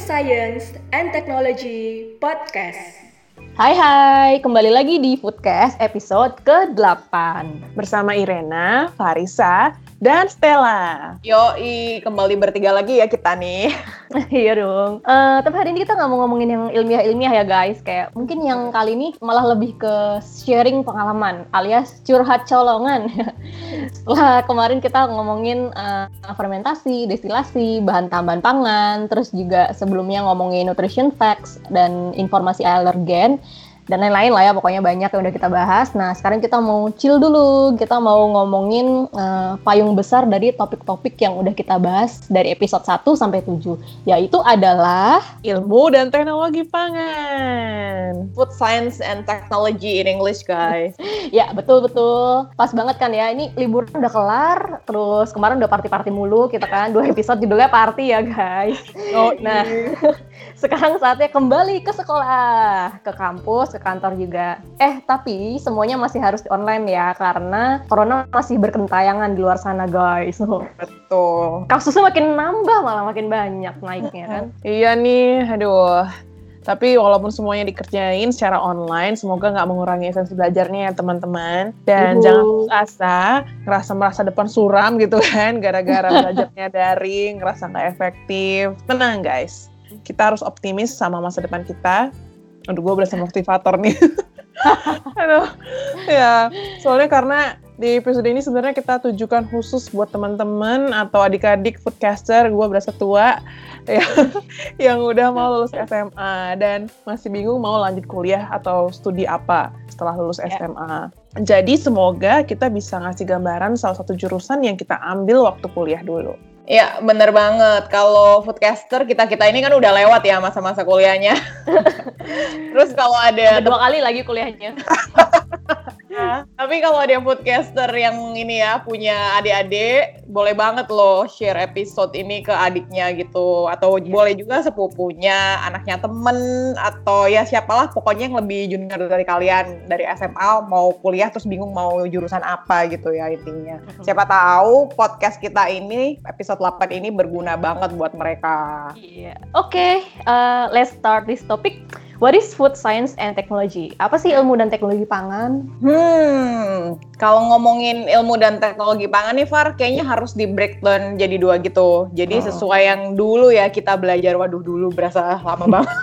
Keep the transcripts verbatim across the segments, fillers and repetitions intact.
Science and Technology Podcast. Hai hai, kembali lagi di Foodcast episode kedelapan bersama Irena, Farisa, dan Stella. Yoi, kembali bertiga lagi ya kita nih. Iya dong. Uh, tapi hari ini kita nggak mau ngomongin yang ilmiah-ilmiah ya guys. Kayak mungkin yang kali ini malah lebih ke sharing pengalaman alias curhat colongan. Setelah kemarin kita ngomongin uh, fermentasi, destilasi, bahan tambahan pangan, terus juga sebelumnya ngomongin nutrition facts dan informasi alergen. Dan lain-lain lah ya, pokoknya banyak yang udah kita bahas. Nah, sekarang kita mau chill dulu. Kita mau ngomongin uh, payung besar dari topik-topik yang udah kita bahas dari episode satu sampai tujuh. Yaitu adalah ilmu dan teknologi pangan. Food Science and Technology in English, guys. Ya, betul-betul. Pas banget kan ya, ini liburan udah kelar. Terus kemarin udah party-party mulu kita kan. Dua episode judulnya party ya, guys. Oh, nah, sekarang saatnya kembali ke sekolah, ke kampus, ke kantor juga. Eh, tapi semuanya masih harus online ya, karena corona masih berkentayangan di luar sana, guys. Betul. Kasusnya makin nambah, malah makin banyak naiknya kan. Iya nih, aduh. Tapi walaupun semuanya dikerjain secara online, semoga nggak mengurangi esensi belajarnya ya teman-teman. Dan Ibu. jangan putus asa, ngerasa merasa depan suram gitu kan, gara-gara belajarnya daring, ngerasa nggak efektif. Tenang guys, kita harus optimis sama masa depan kita. Aduh, gue berasa motivator nih. Aduh, ya, soalnya karena di episode ini sebenarnya kita tujukan khusus buat teman-teman atau adik-adik foodcaster, gue berasa tua, ya, yang udah mau lulus S M A dan masih bingung mau lanjut kuliah atau studi apa setelah lulus S M A. Jadi semoga kita bisa ngasih gambaran salah satu jurusan yang kita ambil waktu kuliah dulu. Ya, bener banget. Kalau foodcaster, kita-kita ini kan udah lewat ya masa-masa kuliahnya. Terus kalau ada... Dua kali lagi kuliahnya. Nah, tapi kalau ada foodcaster yang ini ya, punya adik-adik, boleh banget loh share episode ini ke adiknya gitu. Atau yeah. boleh juga sepupunya, anaknya temen, atau ya siapalah pokoknya yang lebih junior dari kalian. Dari S M A mau kuliah terus bingung mau jurusan apa gitu ya intinya. Mm-hmm. Siapa tahu podcast kita ini, episode delapan ini berguna banget buat mereka. Iya. Yeah. Oke, okay, uh, let's start this topic. What is food science and technology? Apa sih ilmu dan teknologi pangan? Hmm, kalau ngomongin ilmu dan teknologi pangan nih, Far, kayaknya harus di breakdown jadi dua gitu. Jadi oh. sesuai yang dulu ya kita belajar. Waduh, dulu berasa lama banget.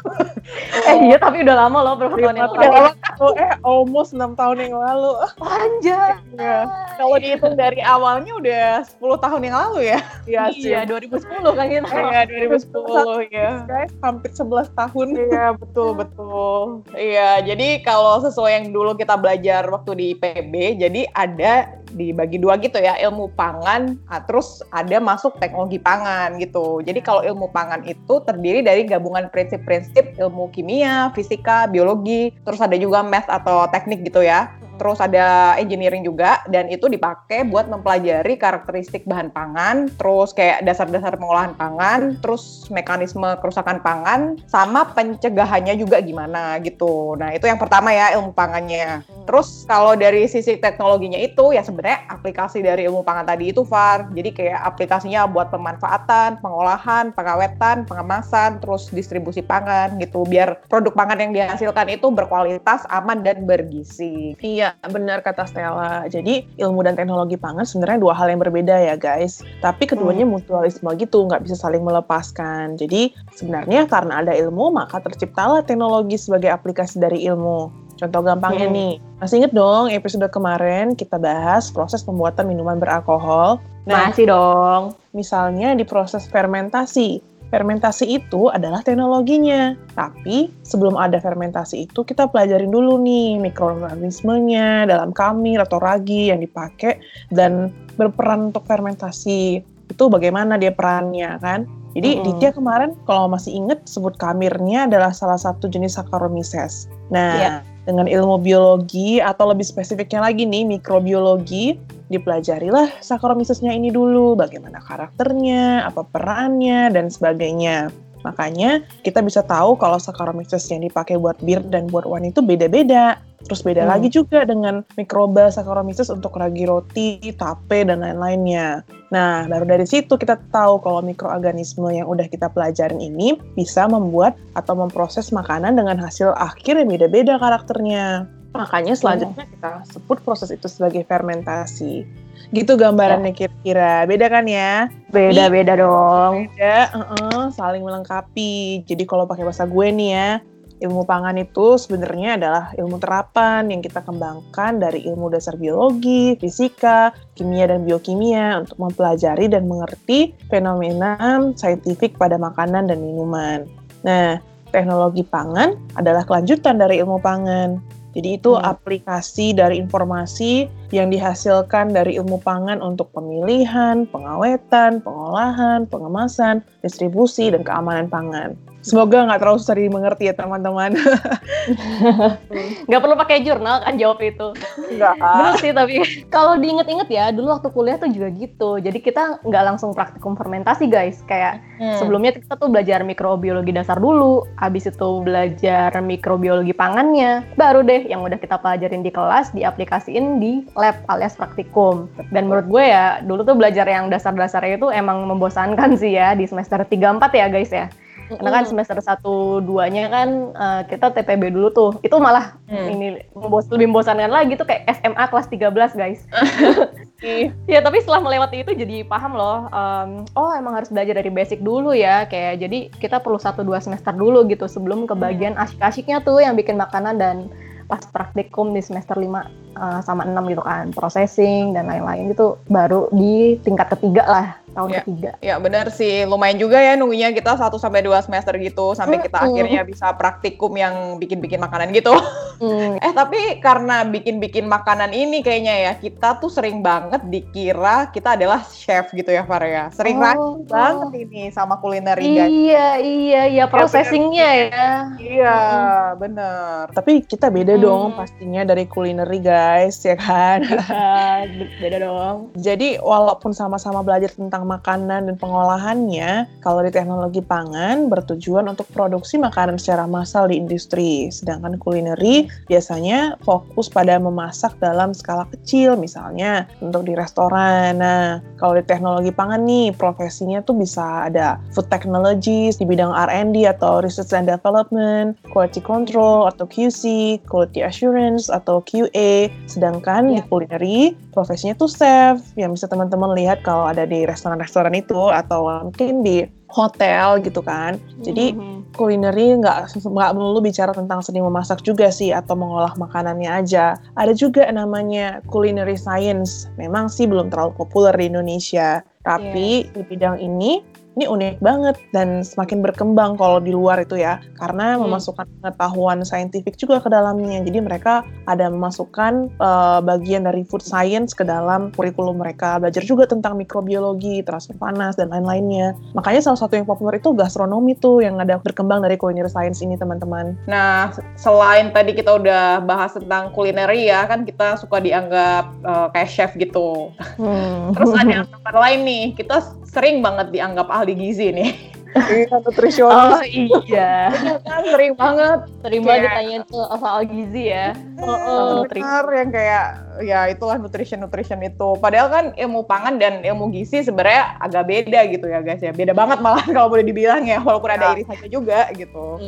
eh iya, tapi udah lama loh, berapa tahun yang lalu. Eh, almost enam tahun yang lalu. Anjay. Ya. Kalau dihitung dari awalnya udah sepuluh tahun yang lalu ya. Iya, iya dua ribu sepuluh kan kita. Iya, dua ribu sepuluh ya. Guys, hampir sebelas tahun. Iya, betul, betul. Betul. Iya, jadi kalau sesuai yang dulu kita belajar waktu di I P B, jadi ada dibagi dua gitu ya, ilmu pangan, nah, terus ada masuk teknologi pangan gitu. Jadi kalau ilmu pangan itu terdiri dari gabungan prinsip-prinsip ilmu kimia, fisika, biologi, terus ada juga math atau teknik gitu ya. Terus ada engineering juga, dan itu dipakai buat mempelajari karakteristik bahan pangan, terus kayak dasar-dasar pengolahan pangan, terus mekanisme kerusakan pangan, sama pencegahannya juga gimana gitu. Nah itu yang pertama ya, ilmu pangannya. Terus kalau dari sisi teknologinya itu, ya sebenarnya aplikasi dari ilmu pangan tadi itu, Far. Jadi kayak aplikasinya buat pemanfaatan, pengolahan, pengawetan, pengemasan, terus distribusi pangan gitu, biar produk pangan yang dihasilkan itu berkualitas, aman, dan bergizi. Iya. Benar kata Stella. Jadi ilmu dan teknologi pangan sebenarnya dua hal yang berbeda ya guys. Tapi keduanya hmm. mutualisme gitu, nggak bisa saling melepaskan. Jadi sebenarnya karena ada ilmu maka terciptalah teknologi sebagai aplikasi dari ilmu. Contoh gampangnya hmm. nih, masih inget dong episode kemarin kita bahas proses pembuatan minuman beralkohol. Nah, masih dong. Misalnya di proses fermentasi. Fermentasi itu adalah teknologinya. Tapi sebelum ada fermentasi itu kita pelajarin dulu nih mikroorganismenya dalam kamir atau ragi yang dipakai dan berperan untuk fermentasi. Itu bagaimana dia perannya kan? Jadi mm-hmm. Ditya kemarin kalau masih inget sebut kamirnya adalah salah satu jenis Saccharomyces. Nah, yeah. dengan ilmu biologi atau lebih spesifiknya lagi nih mikrobiologi, dipelajarilah Saccharomyces-nya ini dulu, bagaimana karakternya, apa perannya, dan sebagainya. Makanya kita bisa tahu kalau Saccharomyces yang dipakai buat bir dan buat wine itu beda-beda. Terus beda Hmm. lagi juga dengan mikroba Saccharomyces untuk ragi roti, tape, dan lain-lainnya. Nah, baru dari situ kita tahu kalau mikroorganisme yang udah kita pelajarin ini bisa membuat atau memproses makanan dengan hasil akhir yang beda-beda karakternya. Makanya selanjutnya kita sebut proses itu sebagai fermentasi. Gitu gambarannya kira-kira. Beda kan ya? Beda-beda dong. Beda, uh-uh, saling melengkapi. Jadi kalau pakai bahasa gue nih ya, ilmu pangan itu sebenarnya adalah ilmu terapan yang kita kembangkan dari ilmu dasar biologi, fisika, kimia, dan biokimia untuk mempelajari dan mengerti fenomena saintifik pada makanan dan minuman. Nah, teknologi pangan adalah kelanjutan dari ilmu pangan. Jadi itu Hmm. aplikasi dari informasi yang dihasilkan dari ilmu pangan untuk pemilihan, pengawetan, pengolahan, pengemasan, distribusi, dan keamanan pangan. Semoga nggak terlalu susah dimengerti ya teman-teman. Nggak perlu pakai jurnal kan jawab itu. Enggak. Bener sih, tapi kalau diinget-inget ya, dulu waktu kuliah tuh juga gitu. Jadi kita nggak langsung praktikum fermentasi guys. Kayak Hmm. sebelumnya kita tuh belajar mikrobiologi dasar dulu, habis itu belajar mikrobiologi pangannya, baru deh yang udah kita pelajarin di kelas diaplikasiin di lab alias praktikum. Dan menurut gue ya, dulu tuh belajar yang dasar-dasarnya itu emang membosankan sih ya di semester tiga empat ya guys ya. Karena kan semester satu dua-nya kan uh, kita T P B dulu tuh. Itu malah Hmm. ini membos- lebih membosankan lagi tuh kayak S M A kelas tiga belas guys. Ya tapi setelah melewati itu jadi paham loh. um, oh emang harus belajar dari basic dulu ya. Kayak jadi kita perlu satu dua semester dulu gitu sebelum ke bagian asyik-asyiknya tuh yang bikin makanan dan pas praktikum di semester lima uh, sama enam gitu kan. Processing dan lain-lain itu baru di tingkat ketiga lah. Tahun Ya. ketiga. Ya benar sih, lumayan juga ya nunggunya kita satu sampai dua semester gitu sampai kita Mm-mm. akhirnya bisa praktikum yang bikin-bikin makanan gitu. Hmm. Eh tapi karena bikin-bikin makanan ini kayaknya ya kita tuh sering banget dikira kita adalah chef gitu ya Faria. Sering Oh. ragu banget ini sama kulineri guys. Iya, iya, iya, processingnya ya. Iya, bener. Tapi kita beda Hmm. dong pastinya dari culinary guys, ya kan? Ah, beda dong. Jadi walaupun sama-sama belajar tentang makanan dan pengolahannya, kalau di teknologi pangan bertujuan untuk produksi makanan secara massal di industri. Sedangkan culinary biasanya fokus pada memasak dalam skala kecil, misalnya untuk di restoran. Nah, kalau di teknologi pangan nih, profesinya tuh bisa ada food technologies di bidang R and D atau research and development, quality control atau Q C, quality assurance atau Q A. Sedangkan di Ya. culinary, profesinya tuh chef, yang bisa teman-teman lihat kalau ada di restoran-restoran itu atau mungkin di hotel gitu kan. Jadi Mhm. culinary nggak nggak melulu bicara tentang seni memasak juga sih atau mengolah makanannya aja. Ada juga namanya culinary science. Memang sih belum terlalu populer di Indonesia, tapi di bidang ini ini unik banget dan semakin berkembang kalau di luar itu ya, karena Hmm. memasukkan pengetahuan saintifik juga ke dalamnya. Jadi mereka ada memasukkan uh, bagian dari food science ke dalam kurikulum mereka, belajar juga tentang mikrobiologi, transfer panas dan lain-lainnya. Makanya salah satu yang populer itu gastronomi tuh yang ada berkembang dari culinary science ini teman-teman. Nah, selain tadi kita udah bahas tentang kulineri ya, kan kita suka dianggap uh, kayak chef gitu. Hmm. Terus ada tempat lain nih, kita sering banget dianggap ahli gizi nih. Iya, nutrisionis. Oh iya, Kan sering banget. sering banget Kayak- ditanyain tuh soal gizi ya. Oh, benar yang kayak ya itulah nutrition nutrition itu. Padahal kan ilmu pangan dan ilmu gizi sebenarnya agak beda gitu ya guys ya. Beda banget malah kalau boleh dibilang ya, walaupun ada irisannya juga gitu.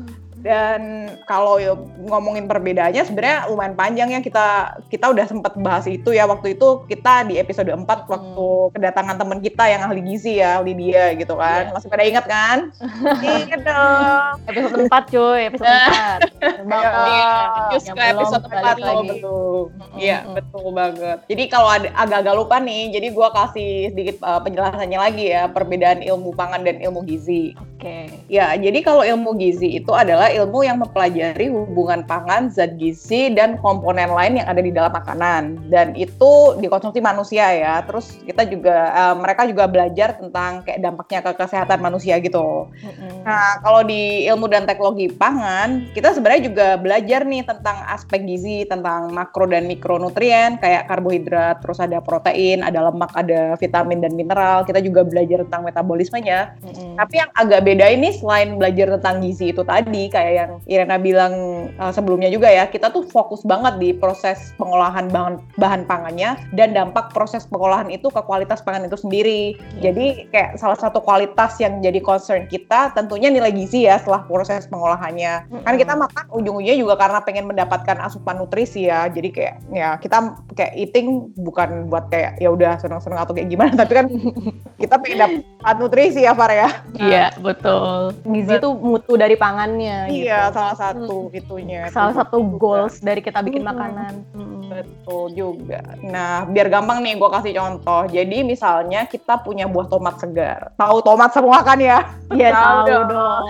Dan kalau ya ngomongin perbedaannya sebenarnya lumayan panjang ya, kita kita udah sempat bahas itu ya waktu itu kita di episode empat waktu kedatangan teman kita yang ahli gizi ya, Lydia gitu kan. Iya. Masih pada ingat kan? Ingat dong. Episode empat cuy, episode empat. Iya, just Yang ke belum episode balik empat loh, lagi. betul. Mm-mm. Iya, betul banget. Jadi kalau ada agak-agak lupa nih, jadi gua kasih sedikit uh, penjelasannya lagi ya, perbedaan ilmu pangan dan ilmu gizi. Oke. Ya, jadi kalau ilmu gizi itu adalah ilmu yang mempelajari hubungan pangan, zat gizi, dan komponen lain yang ada di dalam makanan. Dan itu dikonsumsi manusia ya. Terus kita juga, uh, mereka juga belajar tentang kayak dampaknya ke kesehatan manusia gitu. Mm-mm. Nah, kalau di ilmu dan teknologi pangan, kita sebenarnya juga belajar nih tentang aspek gizi, tentang makro dan mikronutrien, kayak karbohidrat, terus ada protein, ada lemak, ada vitamin dan mineral. Kita juga belajar tentang metabolismenya. Mm-mm. Tapi yang agak bedain nih selain belajar tentang gizi itu tadi, kayak yang Irena bilang uh, sebelumnya juga ya, kita tuh fokus banget di proses pengolahan bahan, bahan pangannya dan dampak proses pengolahan itu ke kualitas pangan itu sendiri. Jadi kayak salah satu kualitas yang jadi concern kita tentunya nilai gizi ya setelah proses pengolahannya. Mm-hmm. Kan kita makan ujung-ujungnya juga karena pengen mendapatkan asupan nutrisi ya. Jadi kayak ya kita kayak eating bukan buat kayak ya udah seneng-seneng atau kayak gimana, tapi kan kita pengen dapat nutrisi ya Far ya. Iya, betul. Gizi itu mutu dari pangannya. Iya, gitu. salah satu hmm. itunya. Salah itu satu juga. goals dari kita bikin hmm. makanan. Hmm. Betul juga. Nah, biar gampang nih gue kasih contoh. Jadi misalnya kita punya buah tomat segar. Tahu tomat semua kan ya? Iya, tahu dong.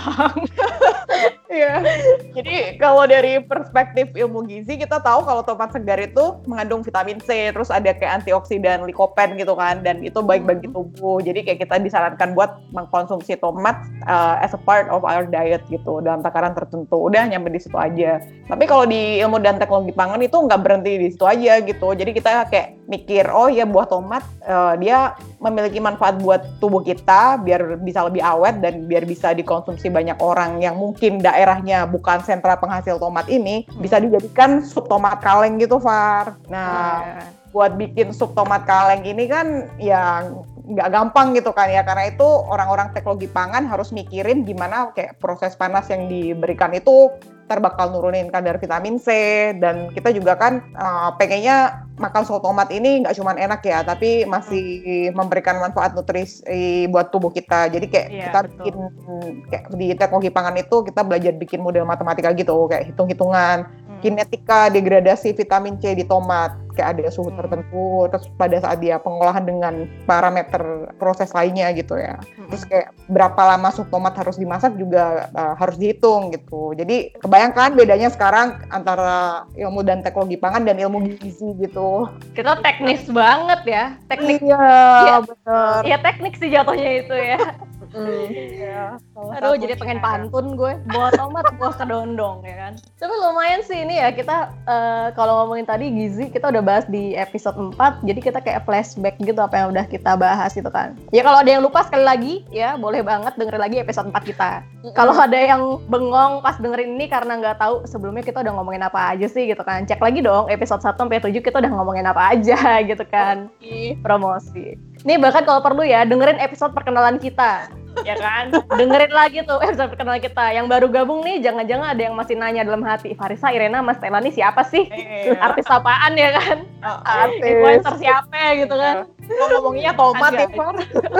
Iya. Jadi kalau dari perspektif ilmu gizi kita tahu kalau tomat segar itu mengandung vitamin C, terus ada kayak antioksidan, likopen gitu kan, dan itu baik bagi tubuh. Jadi kayak kita disarankan buat mengkonsumsi tomat uh, as a part of our diet gitu dalam takaran tertentu. Udah nyampe di situ aja. Tapi kalau di ilmu dan teknologi pangan itu nggak berhenti di situ aja gitu. Jadi kita kayak mikir, oh ya buah tomat uh, dia memiliki manfaat buat tubuh kita biar bisa lebih awet dan biar bisa dikonsumsi banyak orang yang mungkin daerahnya bukan sentra penghasil tomat ini, hmm. bisa dijadikan sup tomat kaleng gitu, Far. Nah, yeah. buat bikin sup tomat kaleng ini kan ya nggak gampang gitu kan ya, karena itu orang-orang teknologi pangan harus mikirin gimana kayak proses panas yang diberikan itu ntar bakal nurunin kadar vitamin C, dan kita juga kan uh, pengennya makan sup tomat ini nggak cuma enak ya, tapi masih memberikan manfaat nutrisi buat tubuh kita. Jadi kayak yeah, kita betul. bikin kayak di teknologi pangan itu kita belajar bikin model matematika gitu, kayak hitung-hitungan hmm. kinetika degradasi vitamin C di tomat, kayak ada suhu hmm. tertentu, terus pada saat dia pengolahan dengan parameter proses lainnya gitu ya. Hmm. Terus kayak berapa lama sup tomat harus dimasak juga uh, harus dihitung gitu. Jadi kebayangkan bedanya sekarang antara ilmu dan teknologi pangan dan ilmu gizi gitu. Kita teknis banget ya, teknik. Iya, ya, benar. Iya teknik sih jatuhnya itu ya. Mm. Ya, aduh jadi pengen pantun gue, buah tomat buah kedondong ya kan. Tapi lumayan sih ini ya kita uh, kalau ngomongin tadi gizi kita udah bahas di episode empat, jadi kita kayak flashback gitu apa yang udah kita bahas gitu kan. Ya kalau ada yang lupa sekali lagi ya boleh banget dengerin lagi episode empat kita. Mm-hmm. Kalau ada yang bengong pas dengerin ini karena nggak tahu sebelumnya kita udah ngomongin apa aja sih gitu kan, cek lagi dong episode satu sampai tujuh kita udah ngomongin apa aja gitu kan. Okay. Promosi. Nih bahkan kalau perlu ya dengerin episode perkenalan kita. Ya kan, dengerin lagi tuh episode perkenalan kita. Yang baru gabung nih, jangan-jangan ada yang masih nanya dalam hati, Farisa, Irena, Mas Stella nih siapa sih? E, artis apaan ya kan? Oh, artis. Influencer siapa gitu kan? Kok ngomongnya tomat ya, Far?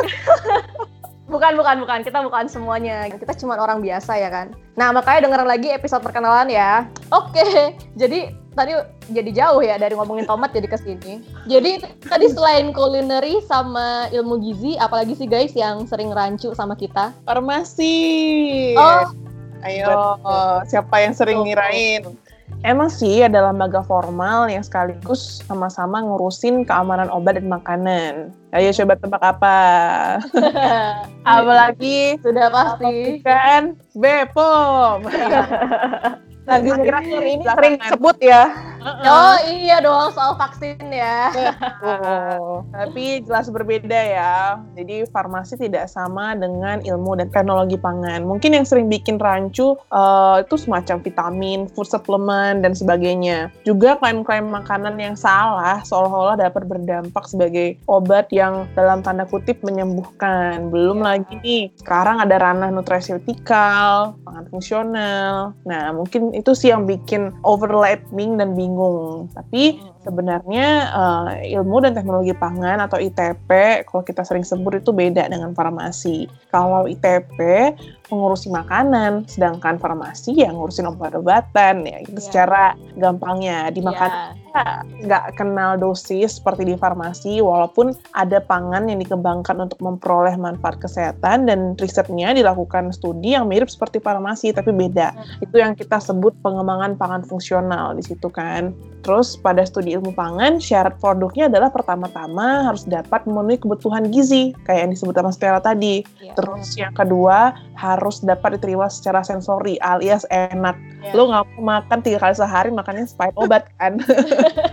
Bukan, bukan, bukan. Kita bukan semuanya. Kita cuma orang biasa ya kan. Nah, makanya dengerin lagi episode perkenalan ya. Oke, jadi tadi jadi jauh ya dari ngomongin tomat jadi ke sini. Jadi tadi selain culinary sama ilmu gizi, apalagi sih guys yang sering rancu sama kita? Farmasi. Oh, ayo, siapa yang sering ngirain? Emang sih ada lembaga formal yang sekaligus sama-sama ngurusin keamanan obat dan makanan. Ayo coba tebak apa? Apalagi sudah pasti kan B P O M. Lagi akhir-akhir ini sering sebut ya. Uh-uh. Oh iya dong soal vaksin ya. Oh, tapi jelas berbeda ya. Jadi farmasi tidak sama dengan ilmu dan teknologi pangan. Mungkin yang sering bikin rancu uh, itu semacam vitamin, food supplement dan sebagainya. Juga klaim-klaim makanan yang salah seolah-olah dapat berdampak sebagai obat yang dalam tanda kutip menyembuhkan. Belum yeah. lagi nih sekarang ada ranah nutraceutikal, pangan fungsional. Nah mungkin itu sih yang bikin overlapping dan bingung. Tapi sebenarnya uh, ilmu dan teknologi pangan atau I T P kalau kita sering sebut itu beda dengan farmasi. Kalau I T P mengurusi makanan, sedangkan farmasi yang ngurusin obat-obatan ya gitu yeah. secara gampangnya. Di makanan yeah. nggak kenal dosis seperti di farmasi, walaupun ada pangan yang dikembangkan untuk memperoleh manfaat kesehatan dan risetnya dilakukan studi yang mirip seperti farmasi tapi beda. Hmm. Itu yang kita sebut pengembangan pangan fungsional di situ kan. Terus pada studi ilmu pangan, syarat produknya adalah pertama-tama harus dapat memenuhi kebutuhan gizi kayak yang disebut sama Stella tadi. Yeah. Terus yang kedua harus dapat diterima secara sensori alias enak. Yeah. Lo nggak mau makan tiga kali sehari makannya sepahit obat kan?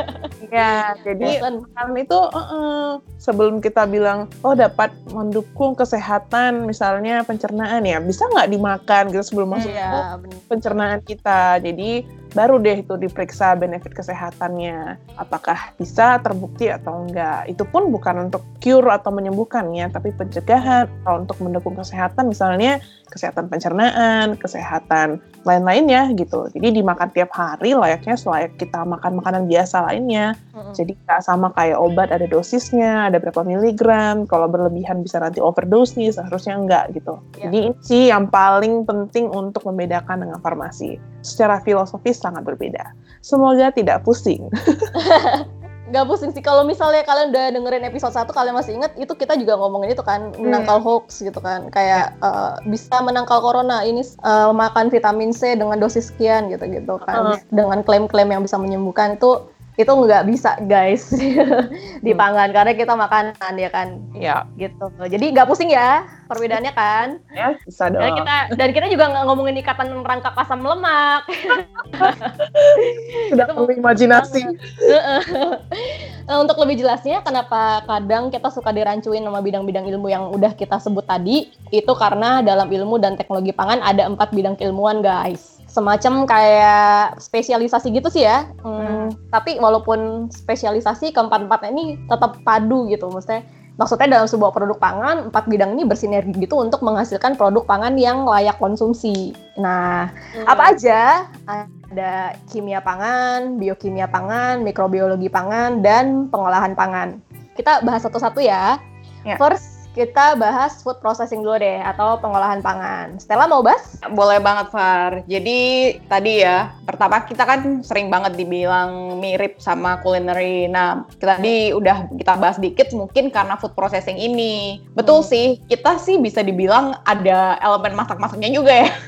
Ya, jadi Bosan. makanan itu uh-uh, sebelum kita bilang, oh dapat mendukung kesehatan, misalnya pencernaan ya, bisa nggak dimakan gitu sebelum masuk ke Iya, bener. pencernaan kita. Jadi baru deh itu diperiksa benefit kesehatannya, apakah bisa terbukti atau enggak. Itu pun bukan untuk cure atau menyembuhkannya, tapi pencegahan atau untuk mendukung kesehatan, misalnya kesehatan pencernaan, kesehatan lain-lainnya gitu. Jadi dimakan tiap hari layaknya selayak kita makan makanan biasa lainnya. Mm-mm. Jadi nggak sama kayak obat, ada dosisnya, ada berapa miligram. Kalau berlebihan bisa nanti overdose nih, seharusnya enggak gitu. Ya. Jadi ini sih yang paling penting untuk membedakan dengan farmasi. Secara filosofis sangat berbeda. Semoga tidak pusing. Nggak pusing sih kalau misalnya kalian udah dengerin episode satu, kalian masih ingat itu kita juga ngomongin itu kan, menangkal hoax gitu kan, kayak uh, bisa menangkal corona ini uh, makan vitamin C dengan dosis sekian gitu-gitu kan, Uh. dengan klaim-klaim yang bisa menyembuhkan itu itu nggak bisa guys di pangan karena kita makanan ya kan, Ya, gitu. Jadi nggak pusing ya perbedaannya kan. ya bisa dong. Dan kita dan kita juga nggak ngomongin ikatan rangkap asam lemak. Sudah perlu imajinasi. Nah, untuk lebih jelasnya kenapa kadang kita suka dirancuin sama bidang-bidang ilmu yang udah kita sebut tadi, itu karena dalam ilmu dan teknologi pangan ada empat bidang keilmuan guys. Semacam kayak spesialisasi gitu sih ya. Hmm, tapi walaupun spesialisasi, keempat-empatnya ini tetap padu gitu. Maksudnya Maksudnya dalam sebuah produk pangan, empat bidang ini bersinergi gitu untuk menghasilkan produk pangan yang layak konsumsi. Nah, Hmm. apa aja? Ada kimia pangan, biokimia pangan, mikrobiologi pangan, dan pengolahan pangan. Kita bahas satu-satu ya. Ya. First, kita bahas food processing dulu deh, atau pengolahan pangan. Stella mau bahas? Boleh banget, Far. Jadi tadi ya, pertama kita kan sering banget dibilang mirip sama culinary. Nah, kita tadi udah kita bahas dikit mungkin karena food processing ini. Betul Hmm. sih, kita sih bisa dibilang ada elemen masak-masaknya juga ya.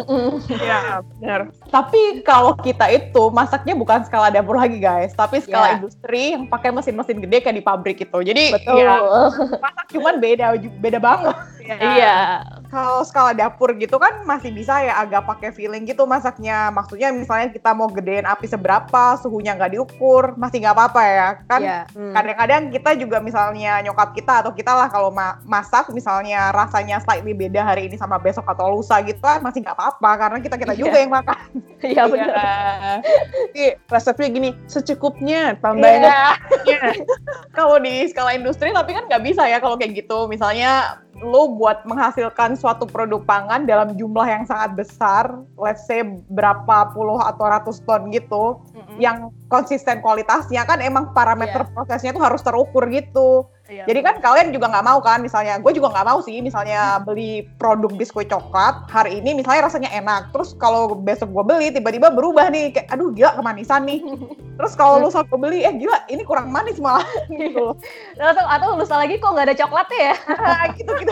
Ya, benar. Tapi kalau kita itu masaknya bukan skala dapur lagi guys, tapi skala Ya. industri yang pakai mesin-mesin gede kayak di pabrik itu. Jadi Betul. ya masak cuman beda beda banget. Iya. Kalau skala dapur gitu kan masih bisa ya agak pakai feeling gitu masaknya. Maksudnya misalnya kita mau gedein api seberapa, suhunya nggak diukur, masih nggak apa-apa ya kan. Iya. Hmm. Kadang-kadang kita juga misalnya nyokap kita atau kita lah kalau ma- masak misalnya rasanya slightly beda hari ini sama besok atau lusa gitu kan masih nggak apa-apa karena kita-kita juga Iya. yang makan. Iya benar. Jadi resepnya gini, secukupnya, tambahin Iya. secukupnya. Kalau di skala industri tapi kan nggak bisa ya kalau kayak gitu. Misalnya lo buat menghasilkan suatu produk pangan dalam jumlah yang sangat besar, let's say berapa puluh atau ratus ton gitu, Mm-mm. yang konsisten kualitasnya kan emang parameter Iya. prosesnya tuh harus terukur gitu. Iya, Jadi kan kalian juga nggak mau kan, misalnya gue juga nggak mau sih, misalnya beli produk biskuit coklat hari ini misalnya rasanya enak, terus kalau besok gue beli tiba-tiba berubah nih, kayak aduh gila kemanisan nih. Terus kalau lusa gue beli, eh gila ini kurang manis malah gitu. Atau, atau lusa lagi kok nggak ada coklatnya ya? Nah, gitu-gitu.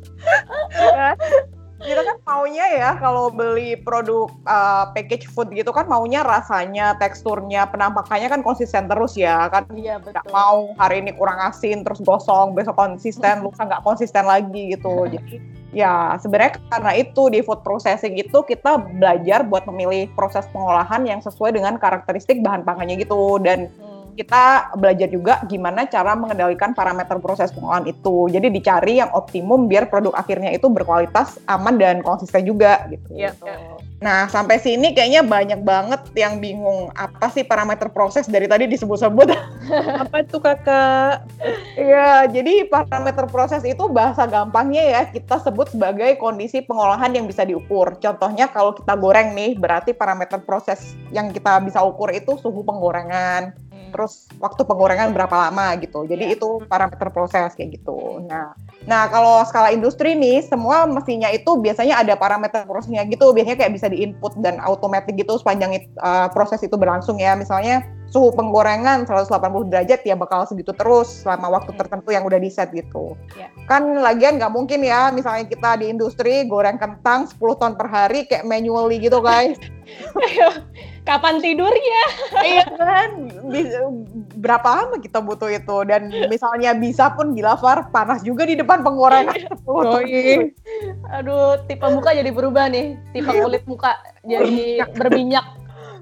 Kita kan maunya ya kalau beli produk uh, package food gitu kan maunya rasanya, teksturnya, penampakannya kan konsisten terus ya kan. Iya Nggak mau hari ini kurang asin terus gosong, besok konsisten, lusa nggak konsisten lagi gitu. Jadi ya sebenarnya karena itu di food processing itu kita belajar buat memilih proses pengolahan yang sesuai dengan karakteristik bahan pangannya gitu, dan kita belajar juga gimana cara mengendalikan parameter proses pengolahan itu. Jadi dicari yang optimum biar produk akhirnya itu berkualitas, aman, dan konsisten juga gitu. Iya. Nah, sampai sini kayaknya banyak banget yang bingung apa sih parameter proses dari tadi disebut-sebut. Apa itu kakak? Iya, jadi parameter proses itu bahasa gampangnya ya kita sebut sebagai kondisi pengolahan yang bisa diukur. Contohnya kalau kita goreng nih, berarti parameter proses yang kita bisa ukur itu suhu penggorengan, terus waktu penggorengan berapa lama gitu. Jadi itu parameter proses kayak gitu. Nah, nah kalau skala industri nih, semua mesinnya itu biasanya ada parameter prosesnya gitu. Biasanya kayak bisa di-input dan automatic gitu sepanjang it, uh, proses itu berlangsung ya. Misalnya suhu penggorengan seratus delapan puluh derajat ya bakal segitu terus selama waktu tertentu yang udah di-set gitu. Ya. Kan lagian nggak mungkin ya, misalnya kita di industri goreng kentang sepuluh ton per hari kayak manually gitu guys. Kapan tidurnya? Iya kan, bisa, berapa lama kita butuh itu, dan misalnya bisa pun gila Far, panas juga di depan penggorengan sepuluh ton. Aduh, tipe muka jadi berubah nih. Tipe kulit muka jadi berminyak.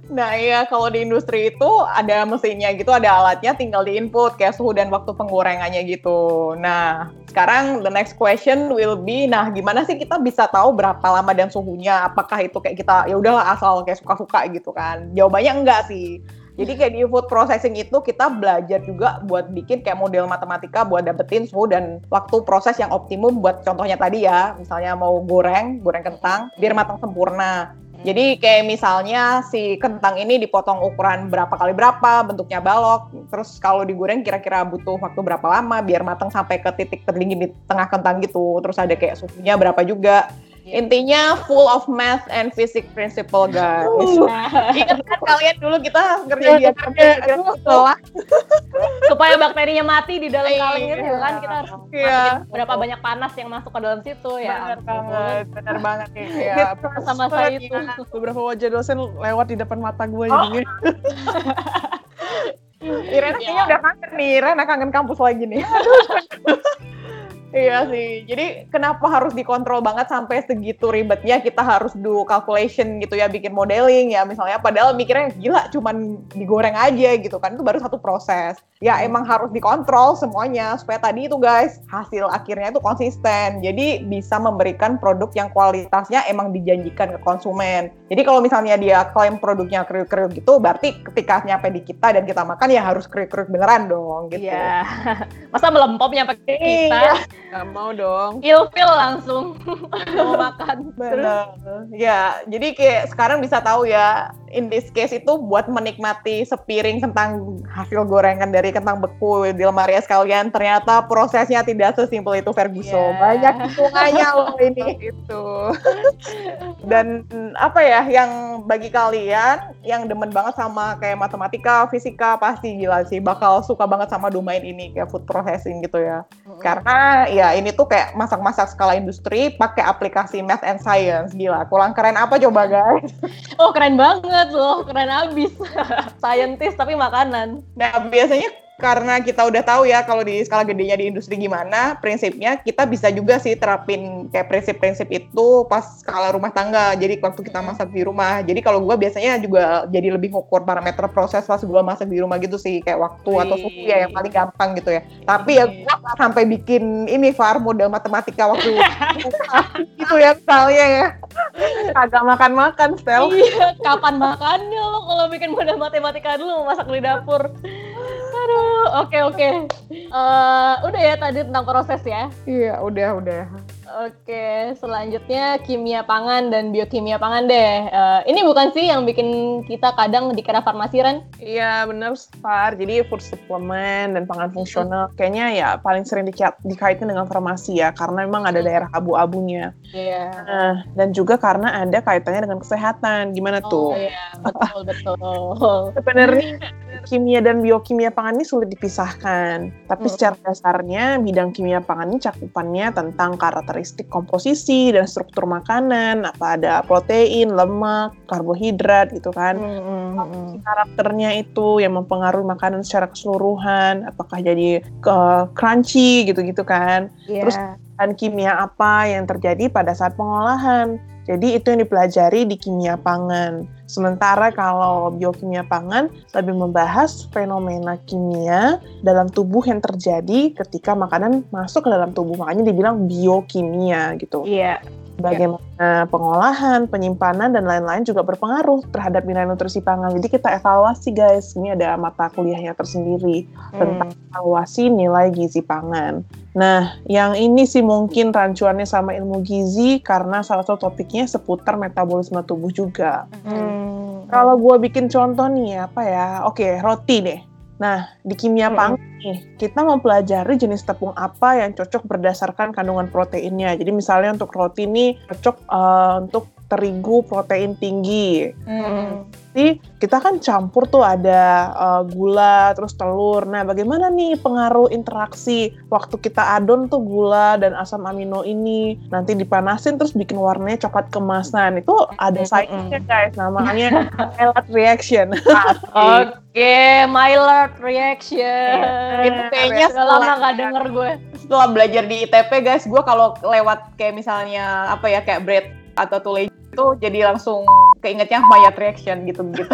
Nah iya, kalau di industri itu ada mesinnya gitu, ada alatnya, tinggal di input kayak suhu dan waktu penggorengannya gitu. Nah, sekarang the next question will be, nah gimana sih kita bisa tahu berapa lama dan suhunya? Apakah itu kayak kita ya udahlah asal kayak suka-suka gitu kan? Jawabannya enggak sih. Jadi kayak di food processing itu kita belajar juga buat bikin kayak model matematika buat dapetin suhu dan waktu proses yang optimum buat contohnya tadi ya, misalnya mau goreng, goreng kentang biar matang sempurna. Jadi kayak misalnya si kentang ini dipotong ukuran berapa kali berapa, bentuknya balok, terus kalau digoreng kira-kira butuh waktu berapa lama biar matang sampai ke titik tertinggi di tengah kentang gitu, terus ada kayak suhunya berapa juga. Intinya full of math and physics principle, guys. Ingat kan kalian dulu kita kerja di sekolah Supaya bakterinya mati di dalam kaleng itu Iya. kan kita harus Iya. masukin berapa banyak panas yang masuk ke dalam situ ya. Benar banget, benar banget nih. Ya, Sama saya itu. beberapa wajah dosen lewat di depan mata gue Oh. jadinya. Irena kayaknya udah kangen nih, Irena kangen kampus lagi nih. Iya sih, jadi kenapa harus dikontrol banget sampai segitu ribetnya kita harus do calculation gitu ya, bikin modeling ya misalnya, padahal mikirnya gila cuman digoreng aja gitu kan, itu baru satu proses. Ya emang harus dikontrol semuanya supaya tadi itu guys, hasil akhirnya itu konsisten, jadi bisa memberikan produk yang kualitasnya emang dijanjikan ke konsumen. Jadi kalau misalnya dia klaim produknya kriuk-kriuk gitu, berarti ketika nyampe di kita dan kita makan ya harus kriuk-kriuk beneran dong gitu. Iya. Masa melempop nyampe ke kita? Iya. Gak mau dong. Ilfil langsung mau makan. Benar. Ya, jadi kayak sekarang bisa tahu ya, in this case itu buat menikmati sepiring kentang hasil gorengan dari kentang beku di lemari es kalian, ternyata prosesnya tidak sesimpel itu Ferguso. Yeah. Banyak hitungannya loh ini. Itu. Dan apa ya, yang bagi kalian yang demen banget sama kayak matematika, fisika, pasti gila sih bakal suka banget sama domain ini kayak food processing gitu ya. Karena ya ini tuh kayak masak-masak skala industri pakai aplikasi math and science. Gila, kurang keren apa coba guys? Oh keren banget loh, keren abis. Scientist tapi makanan. Nah biasanya karena kita udah tahu ya kalau di skala gedenya di industri gimana prinsipnya, kita bisa juga sih terapin kayak prinsip-prinsip itu pas skala rumah tangga. Jadi waktu kita masak di rumah, jadi kalau gue biasanya juga jadi lebih ngukur parameter proses pas gue masak di rumah gitu sih, kayak waktu Wih. atau suhu ya yang paling gampang gitu ya. Tapi ya gue nggak sampai bikin ini Far, model matematika waktu gitu ya misalnya ya. Kagak makan-makan Stel. Iya, kapan makannya lo kalau bikin model matematika dulu mau masak di dapur. Aduh, oke oke. Eh, udah ya tadi tentang proses ya. Iya udah udah. Oke, selanjutnya kimia pangan dan biokimia pangan deh. Eh, ini bukan sih yang bikin kita kadang dikira farmasi, Ren? Iya benar, Far. Jadi food supplement dan pangan fungsional kayaknya ya paling sering dikait- dikaitkan dengan farmasi ya, karena memang ada daerah abu-abunya. Iya. Nah, dan juga karena ada kaitannya dengan kesehatan. Gimana Oh tuh? iya, betul betul. Sebenarnya kimia dan biokimia pangan ini sulit dipisahkan. Tapi Hmm. secara dasarnya bidang kimia pangan ini cakupannya tentang karakteristik komposisi dan struktur makanan, apa ada protein, lemak, karbohidrat gitu kan. Hmm, hmm, hmm. Karakternya itu yang mempengaruhi makanan secara keseluruhan, apakah jadi ke crunchy gitu-gitu kan. Iya. Terus bahan kimia apa yang terjadi pada saat pengolahan. Jadi itu yang dipelajari di kimia pangan. Sementara kalau biokimia pangan lebih membahas fenomena kimia dalam tubuh yang terjadi ketika makanan masuk ke dalam tubuh. Makanya dibilang biokimia gitu. Iya. Bagaimana pengolahan, penyimpanan, dan lain-lain juga berpengaruh terhadap nilai nutrisi pangan. Jadi kita evaluasi guys, ini ada mata kuliahnya tersendiri tentang evaluasi nilai gizi pangan. Nah, yang ini sih mungkin rancuannya sama ilmu gizi karena salah satu topiknya seputar metabolisme tubuh juga. Hmm. Kalau gue bikin contoh nih, apa ya? Oke, roti deh. Nah, di kimia Hmm. pangan nih, kita mempelajari jenis tepung apa yang cocok berdasarkan kandungan proteinnya. Jadi misalnya untuk roti ini cocok eh, untuk terigu protein tinggi. Hmm. Jadi kita kan campur tuh ada uh, gula, terus telur. Nah, bagaimana nih pengaruh interaksi waktu kita adon tuh gula dan asam amino ini nanti dipanasin terus bikin warnanya coklat kemasan. Itu ada cycle-nya guys, namanya Maillard reaction. Oke, Maillard reaction. Itu kayaknya Udah lama gak denger gue. Setelah belajar di I T P guys, gue kalau lewat kayak misalnya apa ya kayak bread atau tulen gitu jadi langsung keingetnya Mayat Reaction gitu-gitu.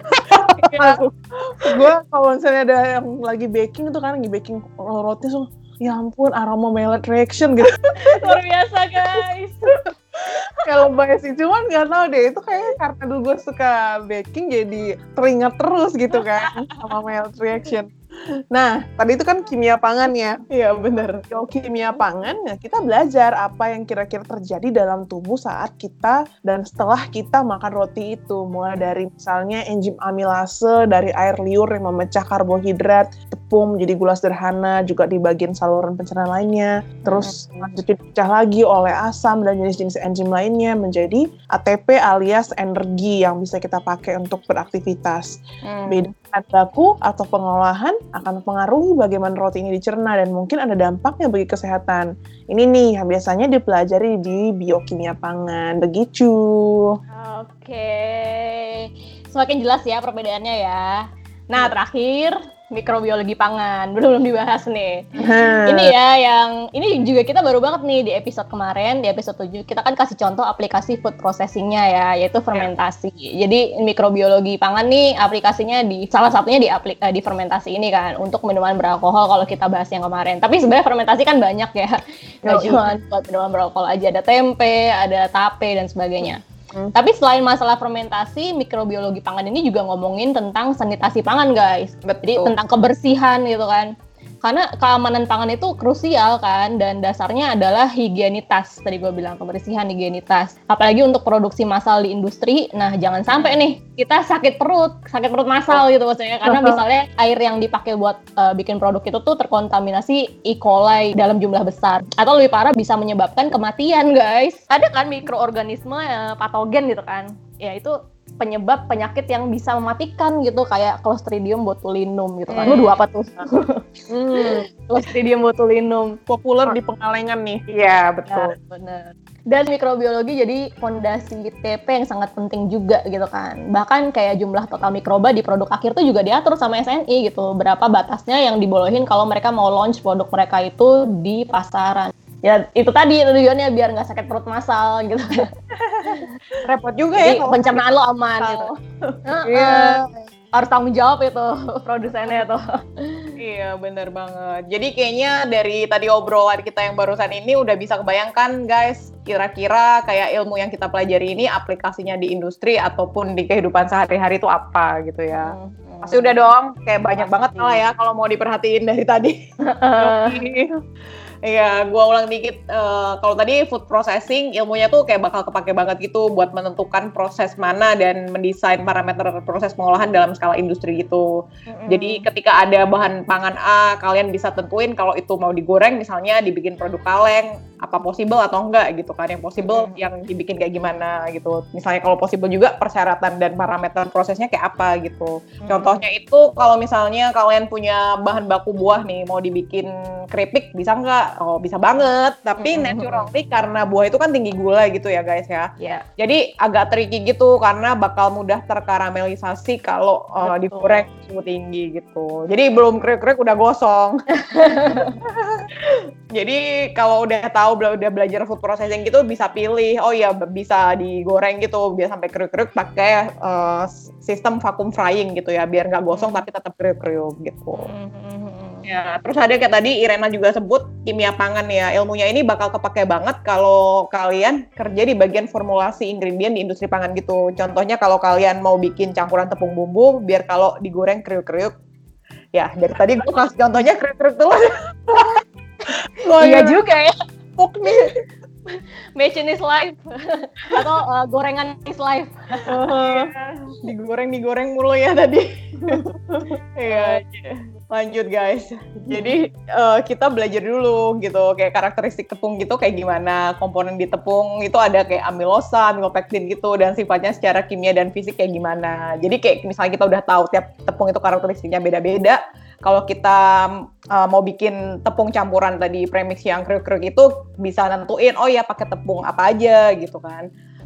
Gue kalau misalnya ada yang lagi baking itu kan lagi baking roti so, ya ampun aroma Mayat Reaction gitu. Luar biasa guys. Kalau bias sih cuman nggak tahu deh itu kayak karena dulu gue suka baking jadi teringat terus gitu kan sama Mayat Reaction. Nah, tadi itu kan kimia pangan ya. Iya, benar. Kalau kimia pangan, ya kita belajar apa yang kira-kira terjadi dalam tubuh saat kita dan setelah kita makan roti itu. Mulai dari misalnya enzim amilase dari air liur yang memecah karbohidrat, tepung menjadi gula sederhana, juga di bagian saluran pencernaan lainnya. Terus lanjut dipecah lagi oleh asam dan jenis-jenis enzim lainnya menjadi A T P alias energi yang bisa kita pakai untuk beraktivitas. Hmm. Beda bahan baku atau pengolahan akan mempengaruhi bagaimana roti ini dicerna dan mungkin ada dampaknya bagi kesehatan. Ini nih yang biasanya dipelajari di biokimia pangan. Begitu. Oke. Semakin jelas ya perbedaannya ya. Nah, terakhir mikrobiologi pangan. Belum belum dibahas nih. Hmm. Ini ya yang ini juga kita baru banget nih di episode kemarin, di episode tujuh kita kan kasih contoh aplikasi food processing-nya ya, yaitu fermentasi. Yeah. Jadi mikrobiologi pangan nih aplikasinya di salah satunya di aplik, di fermentasi ini kan untuk minuman beralkohol kalau kita bahas yang kemarin. Tapi sebenarnya fermentasi kan banyak ya. Enggak cuma buat minuman beralkohol aja, ada tempe, ada tape dan sebagainya. Hmm. Tapi selain masalah fermentasi, mikrobiologi pangan ini juga ngomongin tentang sanitasi pangan, guys. Betul. Jadi tentang kebersihan gitu kan. Karena keamanan pangan itu krusial kan, dan dasarnya adalah higienitas. Tadi gue bilang kebersihan, higienitas. Apalagi untuk produksi massal di industri, nah jangan sampai nih kita sakit perut, sakit perut massal gitu maksudnya. Karena misalnya air yang dipakai buat uh, bikin produk itu tuh terkontaminasi E. coli dalam jumlah besar. Atau lebih parah bisa menyebabkan kematian, guys. Ada kan mikroorganisme uh, patogen gitu kan. Ya itu penyebab penyakit yang bisa mematikan gitu kayak Clostridium botulinum gitu kan. Lu dua apa tuh? Hmm. Clostridium botulinum populer di Pengalengan nih. Iya, betul. Ya, benar. Dan mikrobiologi jadi fondasi T P yang sangat penting juga gitu kan. Bahkan kayak jumlah total mikroba di produk akhir tuh juga diatur sama S N I gitu. Berapa batasnya yang dibolehin kalau mereka mau launch produk mereka itu di pasaran. Ya itu tadi tujuannya biar nggak sakit perut massal gitu. Repot juga jadi, ya. Pencernaan lo aman gitu. Iya. Harus tanggung jawab itu produsennya tuh. Iya benar banget. Jadi kayaknya dari tadi obrolan kita yang barusan ini udah bisa kebayangkan guys. Kira-kira kayak ilmu yang kita pelajari ini aplikasinya di industri ataupun di kehidupan sehari-hari itu apa gitu ya. Hmm. Pasti udah dong. Kayak banyak Pasti. banget lah ya kalau mau diperhatiin dari tadi. Iya, gua ulang dikit. Uh, kalau tadi food processing, ilmunya tuh kayak bakal kepake banget gitu buat menentukan proses mana dan mendesain parameter proses pengolahan dalam skala industri gitu. Mm-hmm. Jadi ketika ada bahan pangan A, kalian bisa tentuin kalau itu mau digoreng, misalnya dibikin produk kaleng, apa possible atau enggak gitu kan. Yang possible mm-hmm. yang dibikin kayak gimana gitu. Misalnya kalau possible juga persyaratan dan parameter prosesnya kayak apa gitu. Mm-hmm. Contohnya itu kalau misalnya kalian punya bahan baku buah nih, mau dibikin keripik, bisa nggak? Oh bisa banget, tapi mm-hmm. naturally karena buah itu kan tinggi gula gitu ya guys ya. Yeah. Jadi agak tricky gitu karena bakal mudah terkaramelisasi kalau uh, digoreng suhu tinggi gitu. Jadi belum kriuk-kriuk udah gosong. Jadi kalau udah tahu udah belajar food processing gitu bisa pilih, oh iya bisa digoreng gitu biar sampai kriuk-kriuk pakai uh, sistem vacuum frying gitu ya biar nggak gosong tapi tetap kriuk-kriuk gitu. Mm-hmm. Ya, terus ada kayak tadi Irena juga sebut kimia pangan ya. Ilmunya ini bakal kepake banget kalau kalian kerja di bagian formulasi ingredient di industri pangan gitu. Contohnya kalau kalian mau bikin campuran tepung bumbu biar kalau digoreng kriuk-kriuk. Ya, dari tadi gue kasih contohnya kriuk-kriuk dulu. Iya juga ya. Fuck me. Machine is life. Atau uh, gorengan is life. uh, digoreng digoreng mulu ya tadi. Iya. Lanjut guys. Jadi uh, kita belajar dulu gitu kayak karakteristik tepung gitu kayak gimana, komponen di tepung itu ada kayak amilosa, amilopektin gitu dan sifatnya secara kimia dan fisik kayak gimana. Jadi kayak misalnya kita udah tahu tiap tepung itu karakteristiknya beda-beda. Kalau kita uh, mau bikin tepung campuran tadi premix yang kriuk-kriuk itu bisa nentuin oh ya pakai tepung apa aja gitu kan.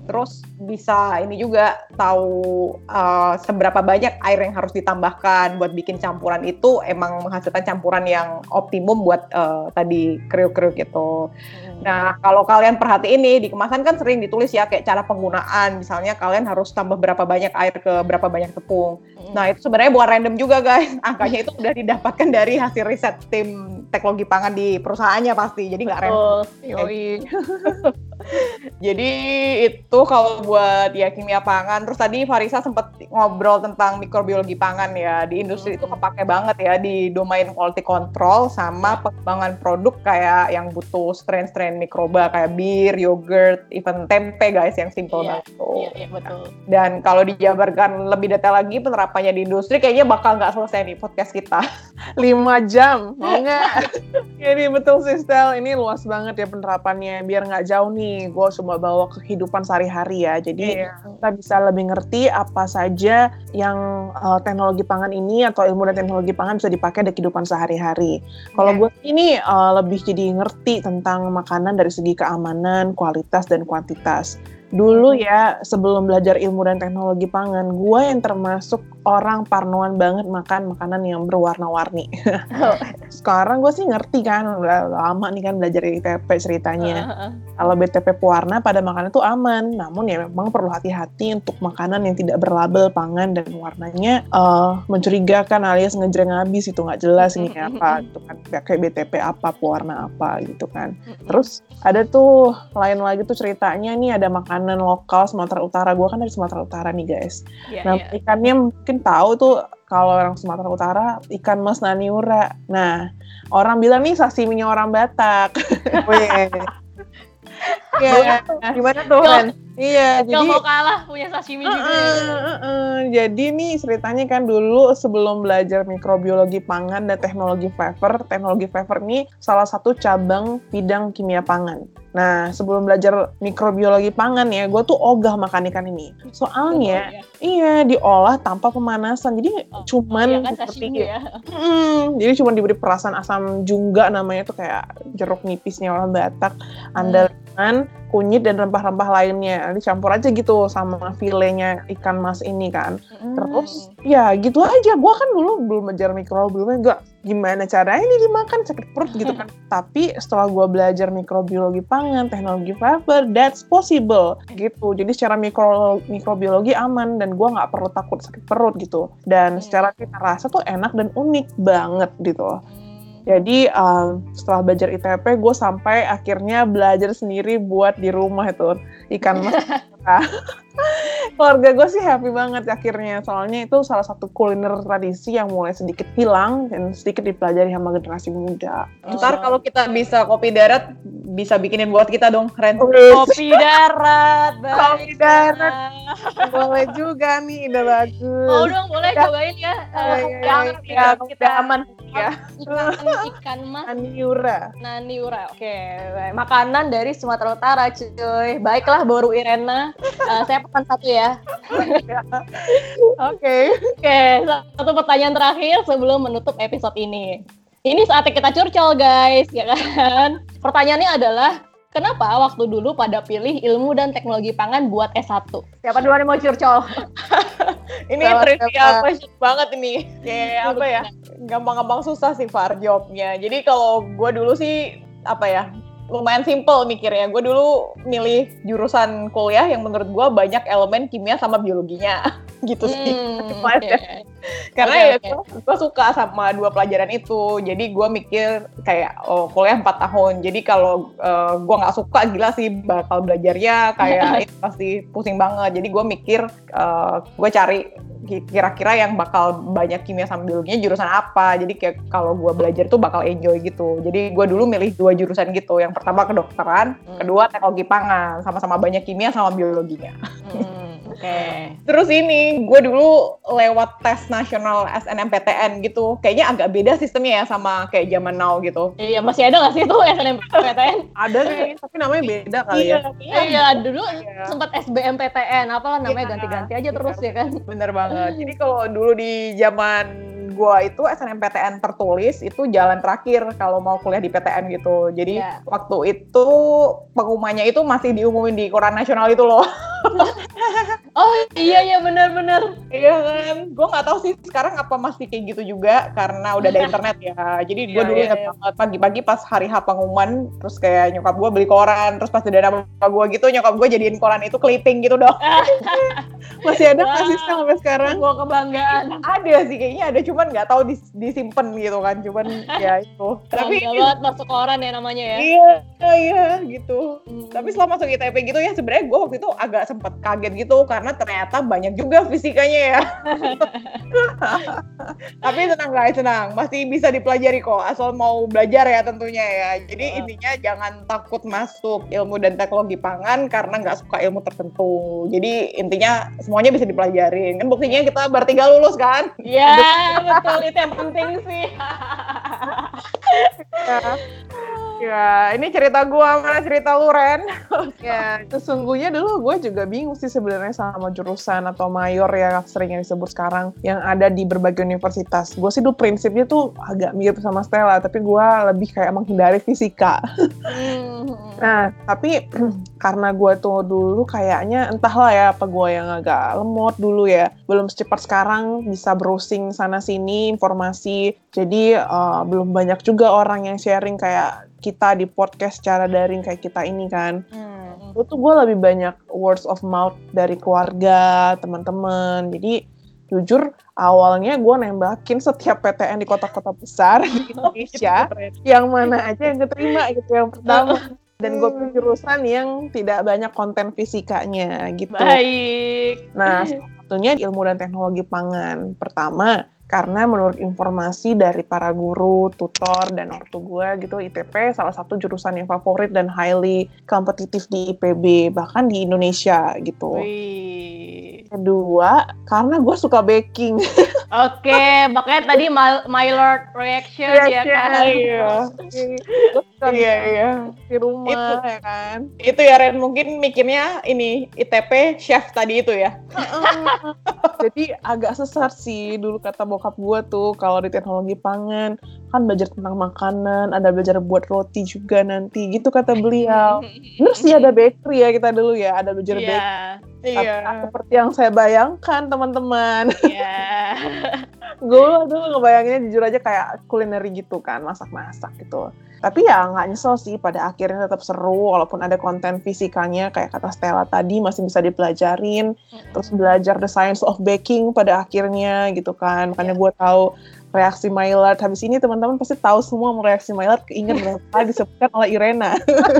Terus bisa ini juga tahu uh, seberapa banyak air yang harus ditambahkan buat bikin campuran itu emang menghasilkan campuran yang optimum buat uh, tadi kriuk-kriuk gitu. Hmm. Nah, kalau kalian perhatiin nih, di kemasan kan sering ditulis ya kayak cara penggunaan. Misalnya kalian harus tambah berapa banyak air ke berapa banyak tepung. Hmm. Nah, itu sebenarnya bukan random juga guys. Angkanya itu udah didapatkan dari hasil riset tim teknologi pangan di perusahaannya pasti. Jadi nggak random. Yoi. Jadi itu kalau buat ya kimia pangan. Terus tadi Farisa sempat ngobrol tentang mikrobiologi pangan ya. Di industri hmm. itu kepake banget ya di domain quality control sama pengembangan produk kayak yang butuh strain-strain mikroba kayak bir, yogurt, even tempe guys yang simple yeah, banget tuh. Iya, iya betul. Dan kalau dijabarkan lebih detail lagi penerapannya di industri kayaknya bakal nggak selesai nih podcast kita. lima jam, mau nggak? Jadi betul sih Stel, ini luas banget ya penerapannya. Biar nggak jauh nih, gue coba bawa ke kehidupan sehari-hari ya. Jadi yeah. kita bisa lebih ngerti apa saja yang uh, teknologi pangan ini atau ilmu dan teknologi pangan bisa dipakai di kehidupan sehari-hari. Kalau yeah. gue ini uh, lebih jadi ngerti tentang makanan dari segi keamanan, kualitas, dan kuantitas. Dulu ya, sebelum belajar ilmu dan teknologi pangan, gue yang termasuk orang parnoan banget makan makanan yang berwarna-warni. Sekarang gue sih ngerti kan, udah lama nih kan belajar I T P ceritanya. Uh-huh. Kalau B T P pewarna pada makanan itu aman, namun ya memang perlu hati-hati untuk makanan yang tidak berlabel pangan dan warnanya uh, mencurigakan alias ngejreng habis, itu nggak jelas ini apa, gitu kan, pakai B T P apa, pewarna apa gitu kan. Terus ada tuh lain lagi tuh ceritanya nih ada makanan lokal Sumatera Utara. Gue kan dari Sumatera Utara nih guys. Yeah, nah yeah. ikannya mungkin tahu tuh kalau orang Sumatera Utara ikan mas naniura. Nah orang bilang nih sashiminya orang Batak. Iya, gimana tuh Ren? Iya, jadi mau kalah punya sashimi uh, juga. Uh, uh, uh, jadi nih ceritanya kan dulu sebelum belajar mikrobiologi pangan dan teknologi flavor, teknologi flavor ini salah satu cabang bidang kimia pangan. Nah, sebelum belajar mikrobiologi pangan ya, gue tuh ogah makan ikan ini. Soalnya, oh, iya. iya diolah tanpa pemanasan. Jadi oh, cuman iya kan sashimi ya. Mm, jadi cuma diberi perasan asam jungga namanya tuh kayak jeruk nipisnya orang Batak, andalan, kunyit dan rempah-rempah lainnya. Dicampur aja gitu sama filenya ikan mas ini kan. Mm. Terus ya gitu aja. Gue kan dulu belum belajar mikrobiologi, enggak gimana caranya ini dimakan sakit perut gitu kan. Tapi setelah gue belajar mikrobiologi pangan, teknologi flavor, that's possible gitu. Jadi secara mikro, mikrobiologi aman dan gue nggak perlu takut sakit perut gitu. Dan secara cita rasa tuh enak dan unik banget gitu. Jadi um, setelah belajar I T P, gue sampai akhirnya belajar sendiri buat di rumah itu ikan mas. Keluarga gue sih happy banget akhirnya, soalnya itu salah satu kuliner tradisi yang mulai sedikit hilang dan sedikit dipelajari sama generasi muda. Ntar kalau kita bisa kopi darat, bisa bikinin buat kita dong, Ren. Kopi darat, kopi darat, boleh juga nih, udah bagus. Mau dong, boleh cobain ya. Uh, ya, ya, ya, kita aman ya. Ikan, ikan mas. Naniura. Naniura, oke. Okay. Makanan dari Sumatera Utara, cuy. Baiklah, Boru Irena. Uh, saya pesan satu ya. Oke. Oke, satu pertanyaan terakhir sebelum menutup episode ini. Ini saatnya kita curcol, guys, ya kan? Pertanyaannya adalah, kenapa waktu dulu pada pilih ilmu dan teknologi pangan buat S satu? Siapa duluan yang mau curcol? Ini trivia question banget ini. Kayak apa ya? Gampang-gampang susah sih Far jawabnya. Jadi kalau gue dulu sih, apa ya, lumayan simple mikirnya. Gue dulu milih jurusan kuliah yang menurut gue banyak elemen kimia sama biologinya. Gitu sih. Hmm, okay. Karena okay, ya okay. gue suka sama dua pelajaran itu. Jadi gue mikir kayak oh, kuliah empat tahun. Jadi kalau uh, gue gak suka, gila sih bakal belajarnya kayak itu pasti pusing banget. Jadi gue mikir uh, gue cari kira-kira yang bakal banyak kimia sama biologinya jurusan apa. Jadi kayak kalau gue belajar tuh bakal enjoy gitu. Jadi gue dulu milih dua jurusan gitu. Yang pertama kedokteran, hmm. kedua teknologi pangan. Sama-sama banyak kimia sama biologinya. Hmm, Oke. Okay. Terus ini gue dulu lewat tes nasional S N M P T N gitu. Kayaknya agak beda sistemnya ya sama kayak zaman now gitu. Iya, masih ada nggak sih tuh S N M P T N? Ada nih, tapi namanya beda kali iya, ya. Iya, iya, dulu iya. sempat S B M P T N, apalah namanya iya, ganti-ganti aja terus iya. ya kan. Bener banget. Jadi kalau dulu di zaman gua itu S N M P T N tertulis itu jalan terakhir kalau mau kuliah di P T N gitu. Jadi yeah. waktu itu pengumumannya itu masih diumumin di koran nasional itu loh. Oh iya iya benar-benar. Iya kan, gue nggak tahu sih sekarang apa masih kayak gitu juga karena udah ada internet ya. Jadi gue Iya, dulu iya, ingat iya. banget pagi-pagi pas hari H pengumuman, terus kayak nyokap gue beli koran, terus pas udah nama gue gitu, nyokap gue jadiin koran itu clipping gitu dong. Masih ada nggak Wah. sih sampai sekarang? Sebuah kebanggaan. Ada sih kayaknya ada, cuman nggak tahu dis- disimpan gitu kan, cuman ya itu. Tapi Bangga banget masuk koran ya namanya ya. iya iya gitu. Hmm. Tapi setelah masuk I T P gitu ya sebenarnya gue waktu itu agak sempet kaget gitu karena ternyata banyak juga fisikanya ya. Tapi tenang guys, tenang, masih bisa dipelajari kok asal mau belajar ya tentunya ya. Jadi Uh. intinya jangan takut masuk ilmu dan teknologi pangan karena nggak suka ilmu tertentu. Jadi intinya semuanya bisa dipelajarin. Kan buktinya kita bertiga lulus kan? Iya betul, itu yang penting sih. Ya, ya ini cerita gua, mana cerita lu Ren? Ya, sesungguhnya dulu gue juga bingung sih sebenarnya sama jurusan atau mayor ya sering yang disebut sekarang yang ada di berbagai universitas. Gue sih dulu prinsipnya tuh agak mirip sama Stella, tapi gue lebih kayak menghindari fisika. Hmm. Nah, tapi karena gue tuh dulu kayaknya entahlah ya apa gue yang agak lemot dulu ya, belum secepat sekarang bisa browsing sana sini informasi. Jadi uh, belum banyak juga orang yang sharing kayak kita di podcast secara daring kayak kita ini kan. Hmm. Itu tuh gue lebih banyak words of mouth dari keluarga, teman-teman. Jadi jujur awalnya gue nembakin setiap P T N di kota-kota besar di Indonesia, yang mana aja yang keterima gitu yang pertama. Dan gue pilih jurusan yang tidak banyak konten fisikanya gitu. Baik. Nah, salah satunya ilmu dan teknologi pangan. Pertama, karena menurut informasi dari para guru, tutor, dan ortu gue gitu, I T P salah satu jurusan yang favorit dan highly kompetitif di I P B, bahkan di Indonesia gitu. Wih. Kedua, karena gue suka baking. Oke, makanya tadi my, my lord reaction ya kan. Iya. Gue suka Iya, iya. di rumah, Itu. ya kan. Itu ya Ren, mungkin mikirnya ini I T P chef tadi itu ya. Jadi agak sesat sih dulu kata bokap gue tuh kalau di teknologi pangan kan belajar tentang makanan, ada belajar buat roti juga nanti gitu kata beliau. Bener sih ada bakery ya kita dulu ya, ada belajar bakery. Iya. Tapi tak seperti yang saya bayangkan teman-teman. Iya. Gue dulu ngebayanginnya jujur aja kayak culinary gitu kan, masak-masak gitu. Tapi ya nggak nyesel sih, pada akhirnya tetap seru walaupun ada konten fisikanya kayak kata Stella tadi masih bisa dipelajarin. Terus belajar the science of baking pada akhirnya gitu kan. Makanya gue tahu reaksi Maillard habis ini, teman-teman pasti tahu semua reaksi Maillard, keinget berapa kali disebutkan oleh Irena.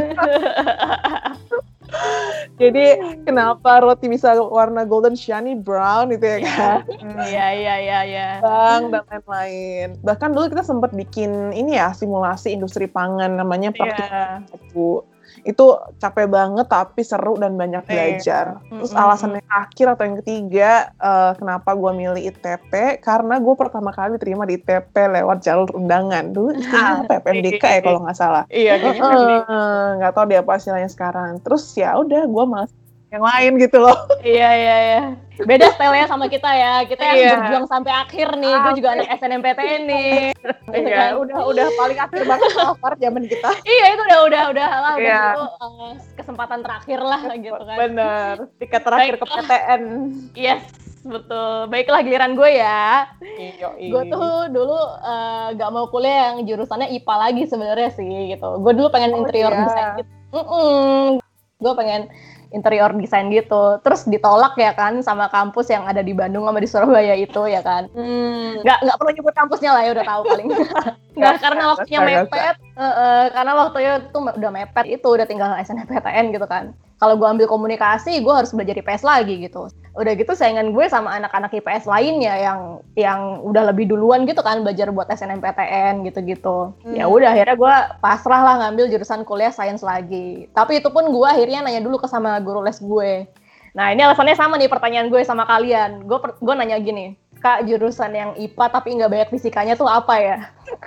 Jadi kenapa roti bisa warna golden shiny brown gitu ya kan? Iya iya iya iya. Bang dan lain-lain. Bahkan dulu kita sempat bikin ini ya simulasi industri pangan namanya Praktik Iya. Satu. Itu capek banget tapi seru dan banyak Iya. belajar. Terus Mm-mm. alasan yang akhir atau yang ketiga eh, kenapa gue milih I T P, karena gue pertama kali terima di I T P lewat jalur undangan. Dulu istilahnya apa ya, P M D K ya kalau nggak salah. Iya, kayaknya P M D K. Eh, nggak tahu deh apa hasilnya sekarang. Terus ya udah gue malas yang lain gitu loh. Iya iya iya. Beda style-nya sama kita ya. Kita yang Iya. berjuang sampai akhir nih. Gue juga anak S N M P T N nih. Gitu Iya, kan. udah udah paling akhir banget Alfard zaman kita. Iya itu udah udah udah lah. Udah Iya. itu uh, kesempatan terakhir lah gitu kan. Bener. Tiket terakhir ke P T N. Yes. Betul. Baiklah giliran gue ya. Iya, Gue tuh dulu uh, gak mau kuliah yang jurusannya I P A lagi sebenarnya sih gitu. Gue dulu pengen Oh, interior iya. design gitu. Gue pengen interior design gitu. Terus ditolak ya kan sama kampus yang ada di Bandung sama di Surabaya itu ya kan. Hmm. Nggak nggak perlu nyebut kampusnya lah ya, udah tahu paling. Nggak, karena waktunya Nggak usah. mepet. Eh, eh, karena waktunya itu udah mepet itu udah tinggal S N M P T N gitu kan. Kalau gue ambil komunikasi, gue harus belajar I P S lagi gitu. Udah gitu saingan gue sama anak-anak I P S lainnya yang yang udah lebih duluan gitu kan belajar buat S N M P T N gitu-gitu. Hmm. Ya udah akhirnya gue pasrah lah ngambil jurusan kuliah sains lagi. Tapi itu pun gue akhirnya nanya dulu ke sama guru les gue. Nah ini alasannya sama nih pertanyaan gue sama kalian. Gue gue nanya gini, Kak, jurusan yang I P A tapi nggak banyak fisikanya tuh apa ya?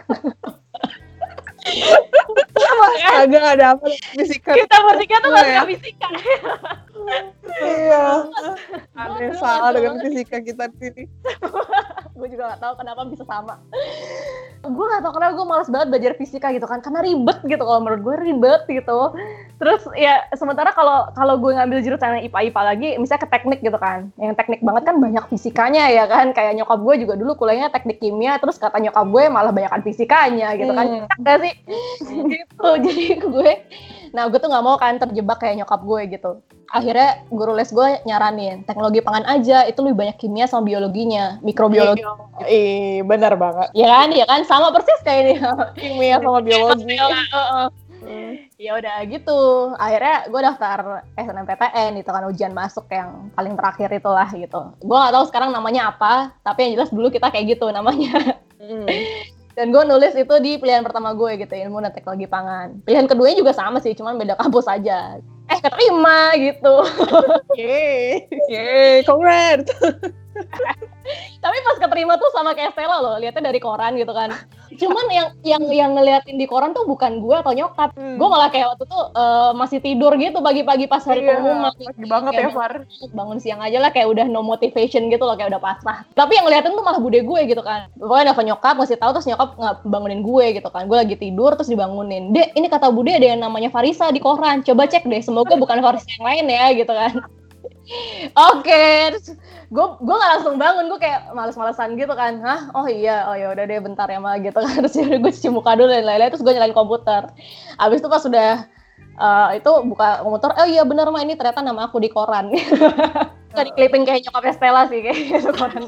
Agak ada apa fisika. Kita bertiga tuh nggak Iya. suka fisika. Iya. Aneh salah dengan fisika kita di sini. Gue juga nggak tahu kenapa bisa sama. Gue nggak tahu kenapa gue malas banget belajar fisika gitu kan, karena ribet gitu, kalau menurut gue ribet gitu. Terus ya sementara kalau kalau gue ngambil jurusan yang I P A I P A lagi, misalnya ke teknik gitu kan, yang teknik banget kan banyak fisikanya ya kan, kayak nyokap gue juga dulu kuliahnya teknik kimia, terus kata nyokap gue malah banyakan fisikanya gitu kan, Hmm. nggak sih? Gitu, jadi gue, nah gue tuh nggak mau kan terjebak kayak nyokap gue gitu. Akhirnya guru les gue nyaranin teknologi pangan aja, itu lebih banyak kimia sama biologinya, mikrobiologi. Ih, benar banget. Ya kan, ya kan sama persis kayak ini. Kimia sama biologi. Ya udah gitu. Akhirnya gue daftar S N M P T N itu kan ujian masuk yang paling terakhir itulah gitu. Gue nggak tahu sekarang namanya apa, tapi yang jelas dulu kita kayak gitu namanya. Hmm. Dan gue nulis itu di pilihan pertama gue gitu, ilmu dan teknologi pangan. Pilihan keduanya juga sama sih, cuman beda kampus aja. Eh keterima gitu. Yeay. Yeay, congrats. Tapi pas keterima tuh sama kayak Stella loh, lihatnya dari koran gitu kan. Cuman yang yang yang ngeliatin di koran tuh bukan gue atau nyokap. Hmm. Gue malah kayak waktu tuh uh, masih tidur gitu pagi-pagi pas hari Iya, pengumuman. pagi banget ya, Far. Bangun siang aja lah kayak udah no motivation gitu loh, kayak udah pasrah. Tapi yang ngeliatin tuh malah bude gue gitu kan. Pokoknya nelfon nyokap, ngasih tahu, terus nyokap nggak bangunin gue gitu kan. Gue lagi tidur terus dibangunin. Dek, ini kata bude ada yang namanya Farisa di koran. Coba cek deh, semoga bukan Farisa yang lain ya gitu kan. Oke, okay. gue gue nggak langsung bangun, gue kayak males-malesan gitu kan. Hah, oh iya, oh ya udah deh bentar ya mah gitu kan. Terus gue cuci muka dulu dan lain-lain, terus gue nyalain komputer. Abis itu pas sudah uh, itu buka komputer, oh iya benar mah ini ternyata nama aku di koran. Tadi clipping kayak nyokapnya Stella sih kayak gitu koran.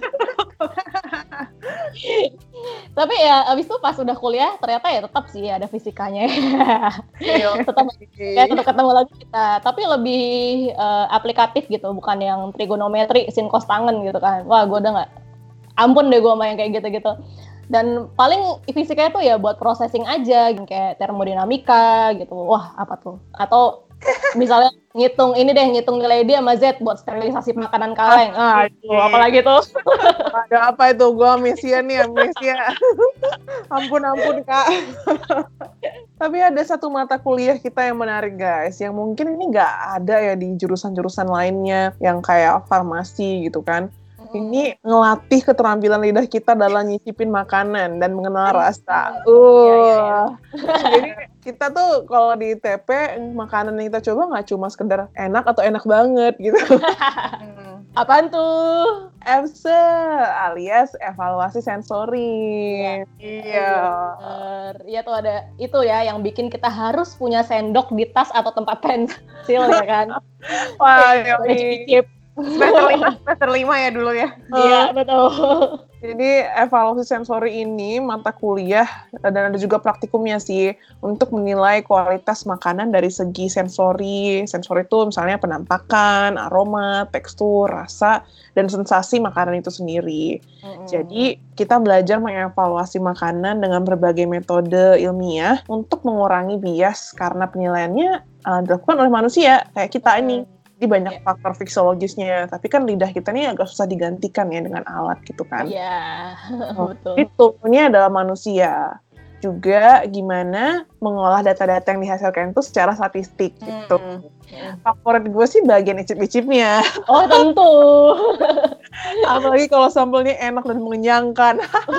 Tapi ya abis itu pas udah kuliah ternyata ya tetap sih ada fisikanya. tetap ya tetap ketemu lagi kita, tapi lebih uh, aplikatif gitu, bukan yang trigonometri sin cos tangen gitu kan. Wah gue udah nggak, ampun deh gue sama yang kayak gitu-gitu. Dan paling fisikanya tuh ya buat processing aja, kayak termodinamika gitu. Wah apa tuh? Atau misalnya ngitung ini deh, ngitung nilai D sama Z buat sterilisasi makanan kaleng. Ah, itu apalagi tuh. Ada apa itu? Gue amnesia nih, amnesia. Ampun, ampun, Kak. Tapi ada satu mata kuliah kita yang menarik, guys. Yang mungkin ini nggak ada ya di jurusan-jurusan lainnya, yang kayak farmasi gitu kan. Ini ngelatih keterampilan lidah kita dalam nyicipin makanan dan mengenal rasa. Uh, ya, ya, ya. Jadi kita tuh kalau di T P makanan yang kita coba nggak cuma sekedar enak atau enak banget gitu. Apaan tuh? E V S E alias evaluasi sensori. Iya. Iya tuh ada itu ya yang bikin kita harus punya sendok di tas atau tempat pensil ya kan. Wah, yoi. Semester lima, semester lima ya dulu ya. Iya, betul. Jadi evaluasi sensori ini mata kuliah dan ada juga praktikumnya sih untuk menilai kualitas makanan dari segi sensori. Sensori itu misalnya penampakan, aroma, tekstur, rasa, dan sensasi makanan itu sendiri. Mm-hmm. Jadi kita belajar mengevaluasi makanan dengan berbagai metode ilmiah untuk mengurangi bias karena penilaiannya uh, dilakukan oleh manusia kayak kita ini. Jadi banyak yeah. faktor fisiologisnya, tapi kan lidah kita ini agak susah digantikan ya dengan alat gitu kan. Iya, yeah, oh, betul. Jadi toolnya adalah manusia. Juga gimana mengolah data-data yang dihasilkan itu secara statistik gitu. Hmm. Favorit gue sih bagian icip-icipnya. Oh tentu. Apalagi kalau sampelnya enak dan mengenyangkan.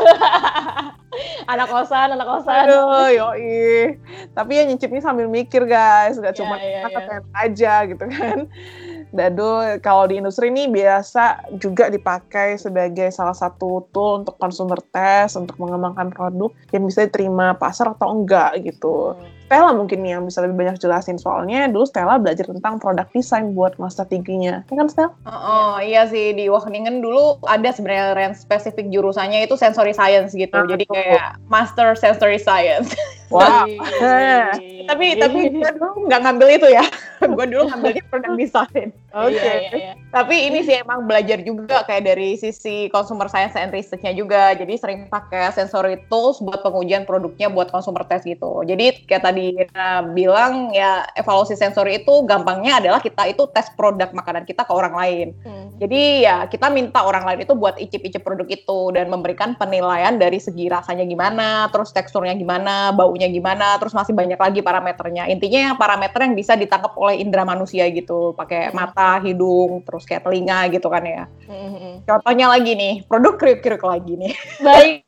Anak kosan, anak kosan. Aduh, yoi. Tapi ya nyicipnya sambil mikir guys, gak cuma yeah, enak yeah, atau enak aja gitu kan. Dado kalau di industri ini biasa juga dipakai sebagai salah satu tool untuk consumer test, untuk mengembangkan produk yang bisa diterima pasar atau enggak gitu. Hmm. Stella mungkin nih yang bisa lebih banyak jelasin, soalnya dulu Stella belajar tentang product design buat master tingginya. Ya kan Stella? Oh, oh iya sih, di Wageningen dulu ada sebenarnya range spesifik jurusannya itu sensory science gitu. Ah, jadi betul. Kayak master sensory science. Wow. tapi tapi gue dulu nggak ngambil itu ya. Gue dulu ngambilnya product design. Oke. Okay. Iya, iya, iya. Tapi ini sih emang belajar juga kayak dari sisi consumer science and research-nya juga. Jadi sering pakai sensory tools buat pengujian produknya buat consumer test gitu. Jadi kayak tadi Rina bilang ya evaluasi sensori itu gampangnya adalah kita itu tes produk makanan kita ke orang lain. Hmm. Jadi ya kita minta orang lain itu buat icip-icip produk itu dan memberikan penilaian dari segi rasanya gimana, terus teksturnya gimana, baunya gimana, terus masih banyak lagi parameternya. Intinya parameter yang bisa ditangkap oleh indera manusia gitu, pakai mata, hidung, terus kayak telinga gitu kan ya. Contohnya lagi nih, produk kriuk-kriuk lagi nih. Baik.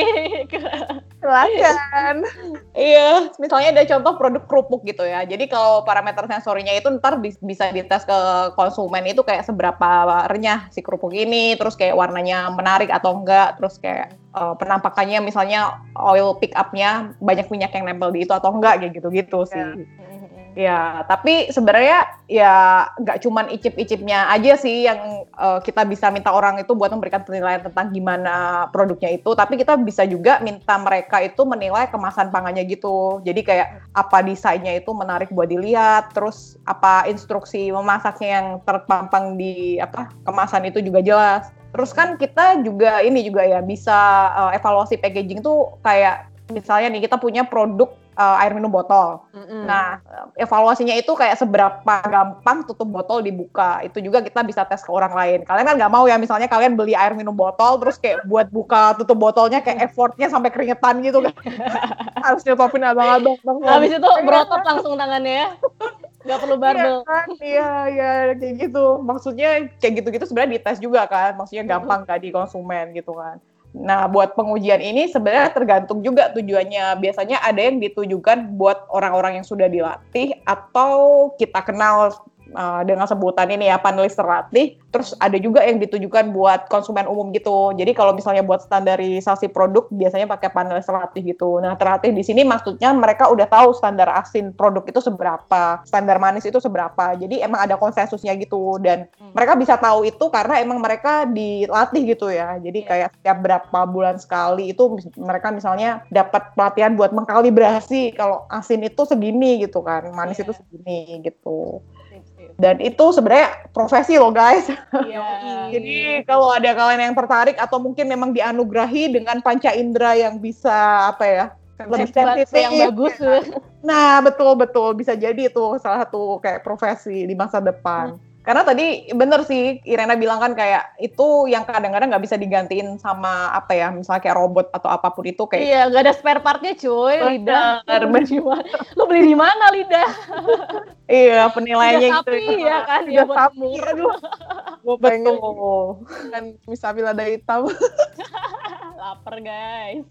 Silakan. Iya, misalnya ada contoh produk kerupuk gitu ya. Jadi kalau parameter sensorinya itu ntar bis- bisa dites ke konsumen itu kayak seberapa renyah si kerupuk ini, terus kayak warnanya menarik atau enggak, terus kayak uh, penampakannya misalnya oil pick up-nya banyak minyak yang nempel di itu atau enggak, kayak gitu-gitu sih. Ya, tapi sebenarnya ya nggak cuman icip-icipnya aja sih yang uh, kita bisa minta orang itu buat memberikan penilaian tentang gimana produknya itu, tapi kita bisa juga minta mereka itu menilai kemasan pangannya gitu. Jadi kayak apa desainnya itu menarik buat dilihat, terus apa instruksi memasaknya yang terpampang di apa kemasan itu juga jelas. Terus kan kita juga ini juga ya bisa uh, evaluasi packaging tuh kayak misalnya nih kita punya produk uh, air minum botol. Mm-hmm. Nah, evaluasinya itu kayak seberapa gampang tutup botol dibuka. Itu juga kita bisa tes ke orang lain. Kalian kan nggak mau ya misalnya kalian beli air minum botol terus kayak buat buka tutup botolnya kayak effortnya sampai keringetan gitu kan. Harus nyetopin abang-abang. Habis itu berotot langsung tangannya ya. Nggak perlu barbel. Iya, kan? Iya, iya, kayak gitu. Maksudnya kayak gitu-gitu sebenarnya dites juga kan. Maksudnya gampang nggak di konsumen gitu kan. Nah, buat pengujian ini sebenarnya tergantung juga tujuannya. Biasanya ada yang ditujukan buat orang-orang yang sudah dilatih atau kita kenal uh, dengan sebutan ini ya, panelis terlatih. Terus ada juga yang ditujukan buat konsumen umum gitu. Jadi kalau misalnya buat standarisasi produk biasanya pakai panelis terlatih gitu. Nah, terlatih di sini maksudnya mereka udah tahu standar asin produk itu seberapa, standar manis itu seberapa. Jadi emang ada konsensusnya gitu dan mereka bisa tahu itu karena emang mereka dilatih gitu ya. Jadi kayak setiap berapa bulan sekali itu mereka misalnya dapat pelatihan buat mengkalibrasi kalau asin itu segini gitu kan, manis itu segini gitu. Dan itu sebenarnya profesi loh guys. Iya. Jadi kalau ada kalian yang tertarik atau mungkin memang dianugerahi dengan panca indera yang bisa apa ya, lebih sensitif yang bagus. Nah betul betul bisa jadi itu salah satu kayak profesi di masa depan. Hmm. Karena tadi bener sih Irena bilang kan kayak itu yang kadang-kadang nggak bisa digantiin sama apa ya, misalnya kayak robot atau apapun itu kayak. Iya, nggak ada spare partnya cuy, lidah. Lu beli di mana lidah? Iya, penilaiannya gitu. Sapi ya kan, ya buat murah. Gue pengen kan misalnya ada hitam. Lapar guys.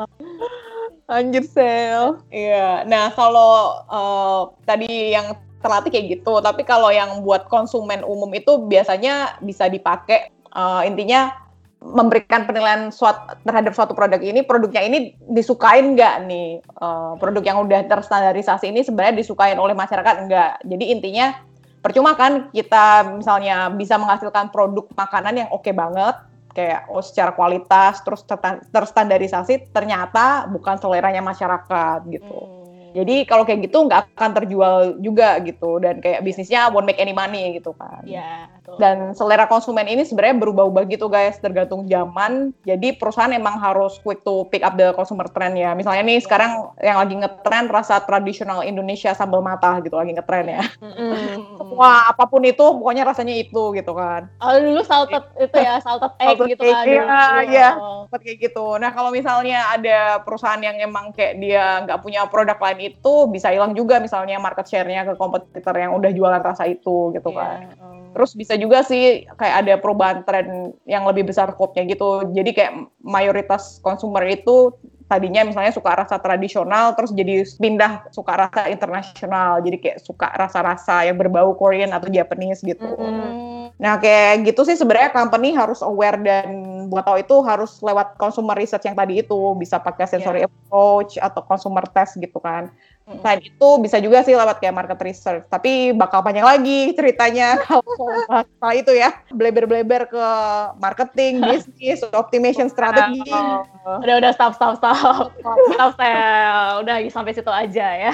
Anjir sel. Iya, nah kalau uh, tadi yang terlatih kayak gitu, tapi kalau yang buat konsumen umum itu biasanya bisa dipakai uh, intinya memberikan penilaian suat, terhadap suatu produk ini, produknya ini disukain nggak nih, uh, produk yang udah terstandarisasi ini sebenarnya disukain oleh masyarakat enggak. Jadi intinya percuma kan kita misalnya bisa menghasilkan produk makanan yang oke banget, kayak oh, secara kualitas terus terstandarisasi ternyata bukan seleranya masyarakat gitu. Hmm. Jadi kalau kayak gitu nggak akan terjual juga gitu dan kayak bisnisnya won't make any money gitu kan. Iya. Dan selera konsumen ini sebenarnya berubah-ubah gitu guys, tergantung zaman. Jadi perusahaan emang harus quick to pick up the consumer trend ya. Misalnya nih sekarang yang lagi ngetren rasa tradisional Indonesia sambal mata gitu lagi ngetren ya. Mm-hmm. Semua apapun itu pokoknya rasanya itu gitu kan. Oh dulu salted itu ya, salted egg gitu kan. Iya, iya. Seperti kayak gitu. Nah kalau misalnya ada perusahaan yang emang kayak dia nggak punya produk lain itu bisa hilang juga misalnya market share-nya ke kompetitor yang udah jualan rasa itu gitu kan. Yeah. Um. Terus bisa juga sih kayak ada perubahan tren yang lebih besar scope-nya gitu. Jadi kayak mayoritas konsumer itu tadinya misalnya suka rasa tradisional terus jadi pindah suka rasa internasional. Jadi kayak suka rasa-rasa yang berbau Korean atau Japanese gitu. Mm-hmm. Nah kayak gitu sih sebenarnya company harus aware dan buat tahu itu harus lewat consumer research yang tadi itu bisa pakai sensory yeah. approach atau consumer test gitu kan. Mm-hmm. Selain itu bisa juga sih lewat kayak market research. Tapi bakal panjang lagi ceritanya kalau soal itu ya. Bleber-bleber ke marketing, bisnis, optimization strategi. Oh. Udah udah stop stop stop. Stop stop. Udah sampai situ aja ya.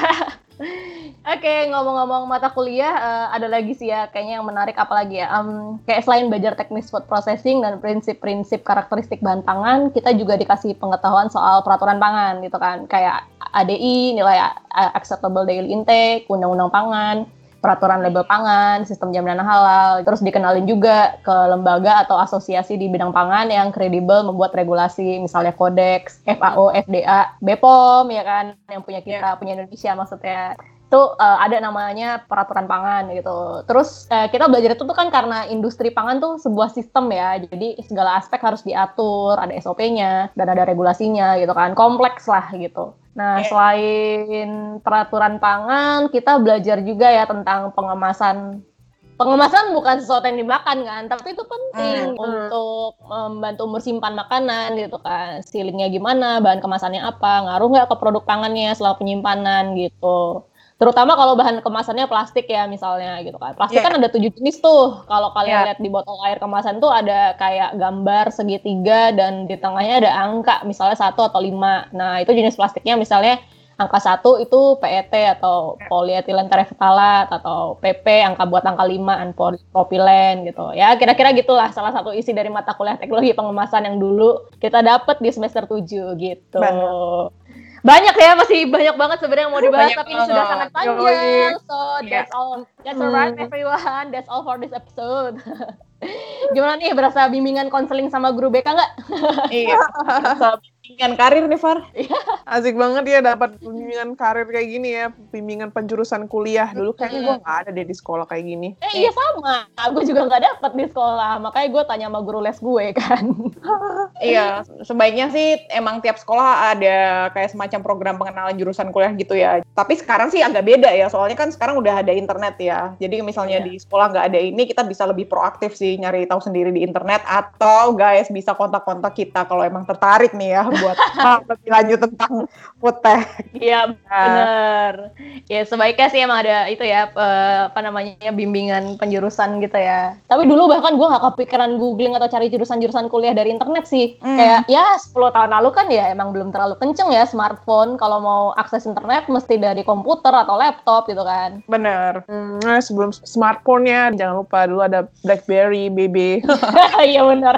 Oke, okay, ngomong-ngomong mata kuliah, uh, ada lagi sih ya kayaknya yang menarik apalagi ya. Um, kayak selain belajar teknis food processing dan prinsip-prinsip karakteristik bahan pangan, kita juga dikasih pengetahuan soal peraturan pangan gitu kan. Kayak A D I, nilai acceptable daily intake, undang-undang pangan, peraturan label pangan, sistem jaminan halal, terus dikenalin juga ke lembaga atau asosiasi di bidang pangan yang kredibel membuat regulasi, misalnya Kodeks, F A O, F D A, B P O M, ya kan, yang punya kita, yeah. punya Indonesia maksudnya. itu uh, ada namanya peraturan pangan gitu. Terus uh, kita belajar itu tuh kan karena industri pangan tuh sebuah sistem ya, jadi segala aspek harus diatur, ada S O P-nya dan ada regulasinya gitu kan, kompleks lah gitu. Nah, yeah. Selain peraturan pangan, kita belajar juga ya tentang pengemasan. Pengemasan bukan sesuatu yang dimakan kan, tapi itu penting mm. untuk membantu umur simpan makanan gitu kan. Sealingnya gimana, bahan kemasannya apa, ngaruh nggak ke produk pangannya selama penyimpanan gitu. Terutama kalau bahan kemasannya plastik ya misalnya gitu kan. Plastik yeah. kan ada tujuh jenis tuh. Kalau kalian yeah. lihat di botol air kemasan tuh ada kayak gambar segitiga dan di tengahnya ada angka, misalnya satu atau lima. Nah itu jenis plastiknya misalnya angka satu itu P E T atau polyethylene terephthalate atau P P, angka buat angka lima polypropylen gitu. Ya kira-kira gitulah salah satu isi dari mata kuliah teknologi pengemasan yang dulu kita dapat di semester tujuh gitu. Banyak. Banyak ya, masih banyak banget sebenarnya yang mau dibahas, banyak tapi ini sudah sangat panjang. So that's all, that's all right everyone, that's all for this episode. Gimana nih, berasa bimbingan konseling sama guru B K nggak? Iya, berasa bimbingan karir nih, Far. Asik banget ya dapat bimbingan karir kayak gini ya, bimbingan penjurusan kuliah. Dulu kayaknya gue nggak ada deh di sekolah kayak gini. Eh iya sama, gue juga nggak dapet di sekolah, makanya gue tanya sama guru les gue kan. Iya, sebaiknya sih emang tiap sekolah ada kayak semacam program pengenalan jurusan kuliah gitu ya. Tapi sekarang sih agak beda ya, soalnya kan sekarang udah ada internet ya. Jadi misalnya yeah. di sekolah nggak ada ini, kita bisa lebih proaktif sih nyari tahu sendiri di internet, atau guys bisa kontak-kontak kita kalau emang tertarik nih ya buat lebih lanjut tentang food tech. Iya benar. Ya sebaiknya sih emang ada itu ya apa namanya bimbingan penjurusan gitu ya. Tapi dulu bahkan gue nggak kepikiran googling atau cari jurusan-jurusan kuliah dari internet sih. Hmm. Kayak ya sepuluh tahun lalu kan ya emang belum terlalu kenceng ya smartphone. Kalau mau akses internet mesti dari komputer atau laptop gitu kan. Bener. Hmm, sebelum smartphone-nya jangan lupa dulu ada BlackBerry, B B. Iya benar.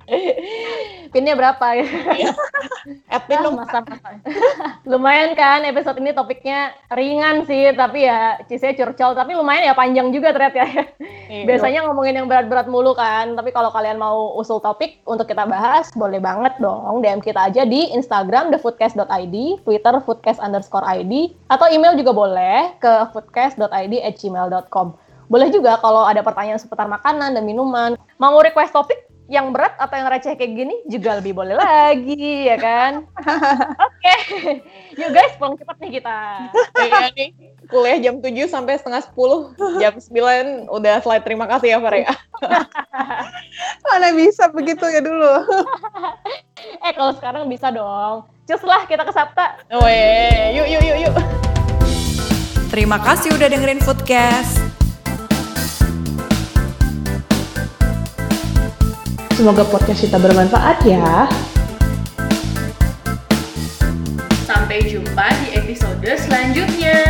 Pinnya berapa ya? Admin dong. Masa-masa. Lumayan kan episode ini topiknya ringan sih, tapi ya cisnya curcol, tapi lumayan ya panjang juga ternyata ya. Iya. Biasanya ngomongin yang berat-berat mulu kan, tapi kalau kalian mau usul topik untuk kita bahas, boleh banget dong D M kita aja di Instagram the foodcast dot i d, Twitter foodcast underscore i d, atau email juga boleh ke foodcast dot i d at gmail dot com. Boleh juga kalau ada pertanyaan seputar makanan dan minuman. Mau request topik yang berat atau yang receh kayak gini juga lebih boleh lagi, ya kan? Oke. Okay. Yuk guys, pulang cepat nih kita. Iya nih, kuliah jam tujuh sampai setengah sepuluh. Jam sembilan udah slide terima kasih ya, Faria. Mana bisa begitu ya dulu. Eh, kalau sekarang bisa dong. Cus lah kita ke Sabta. Weh, yuk, yuk, yuk, yuk. Terima kasih udah dengerin Foodcast. Semoga podcast kita bermanfaat ya. Sampai jumpa di episode selanjutnya.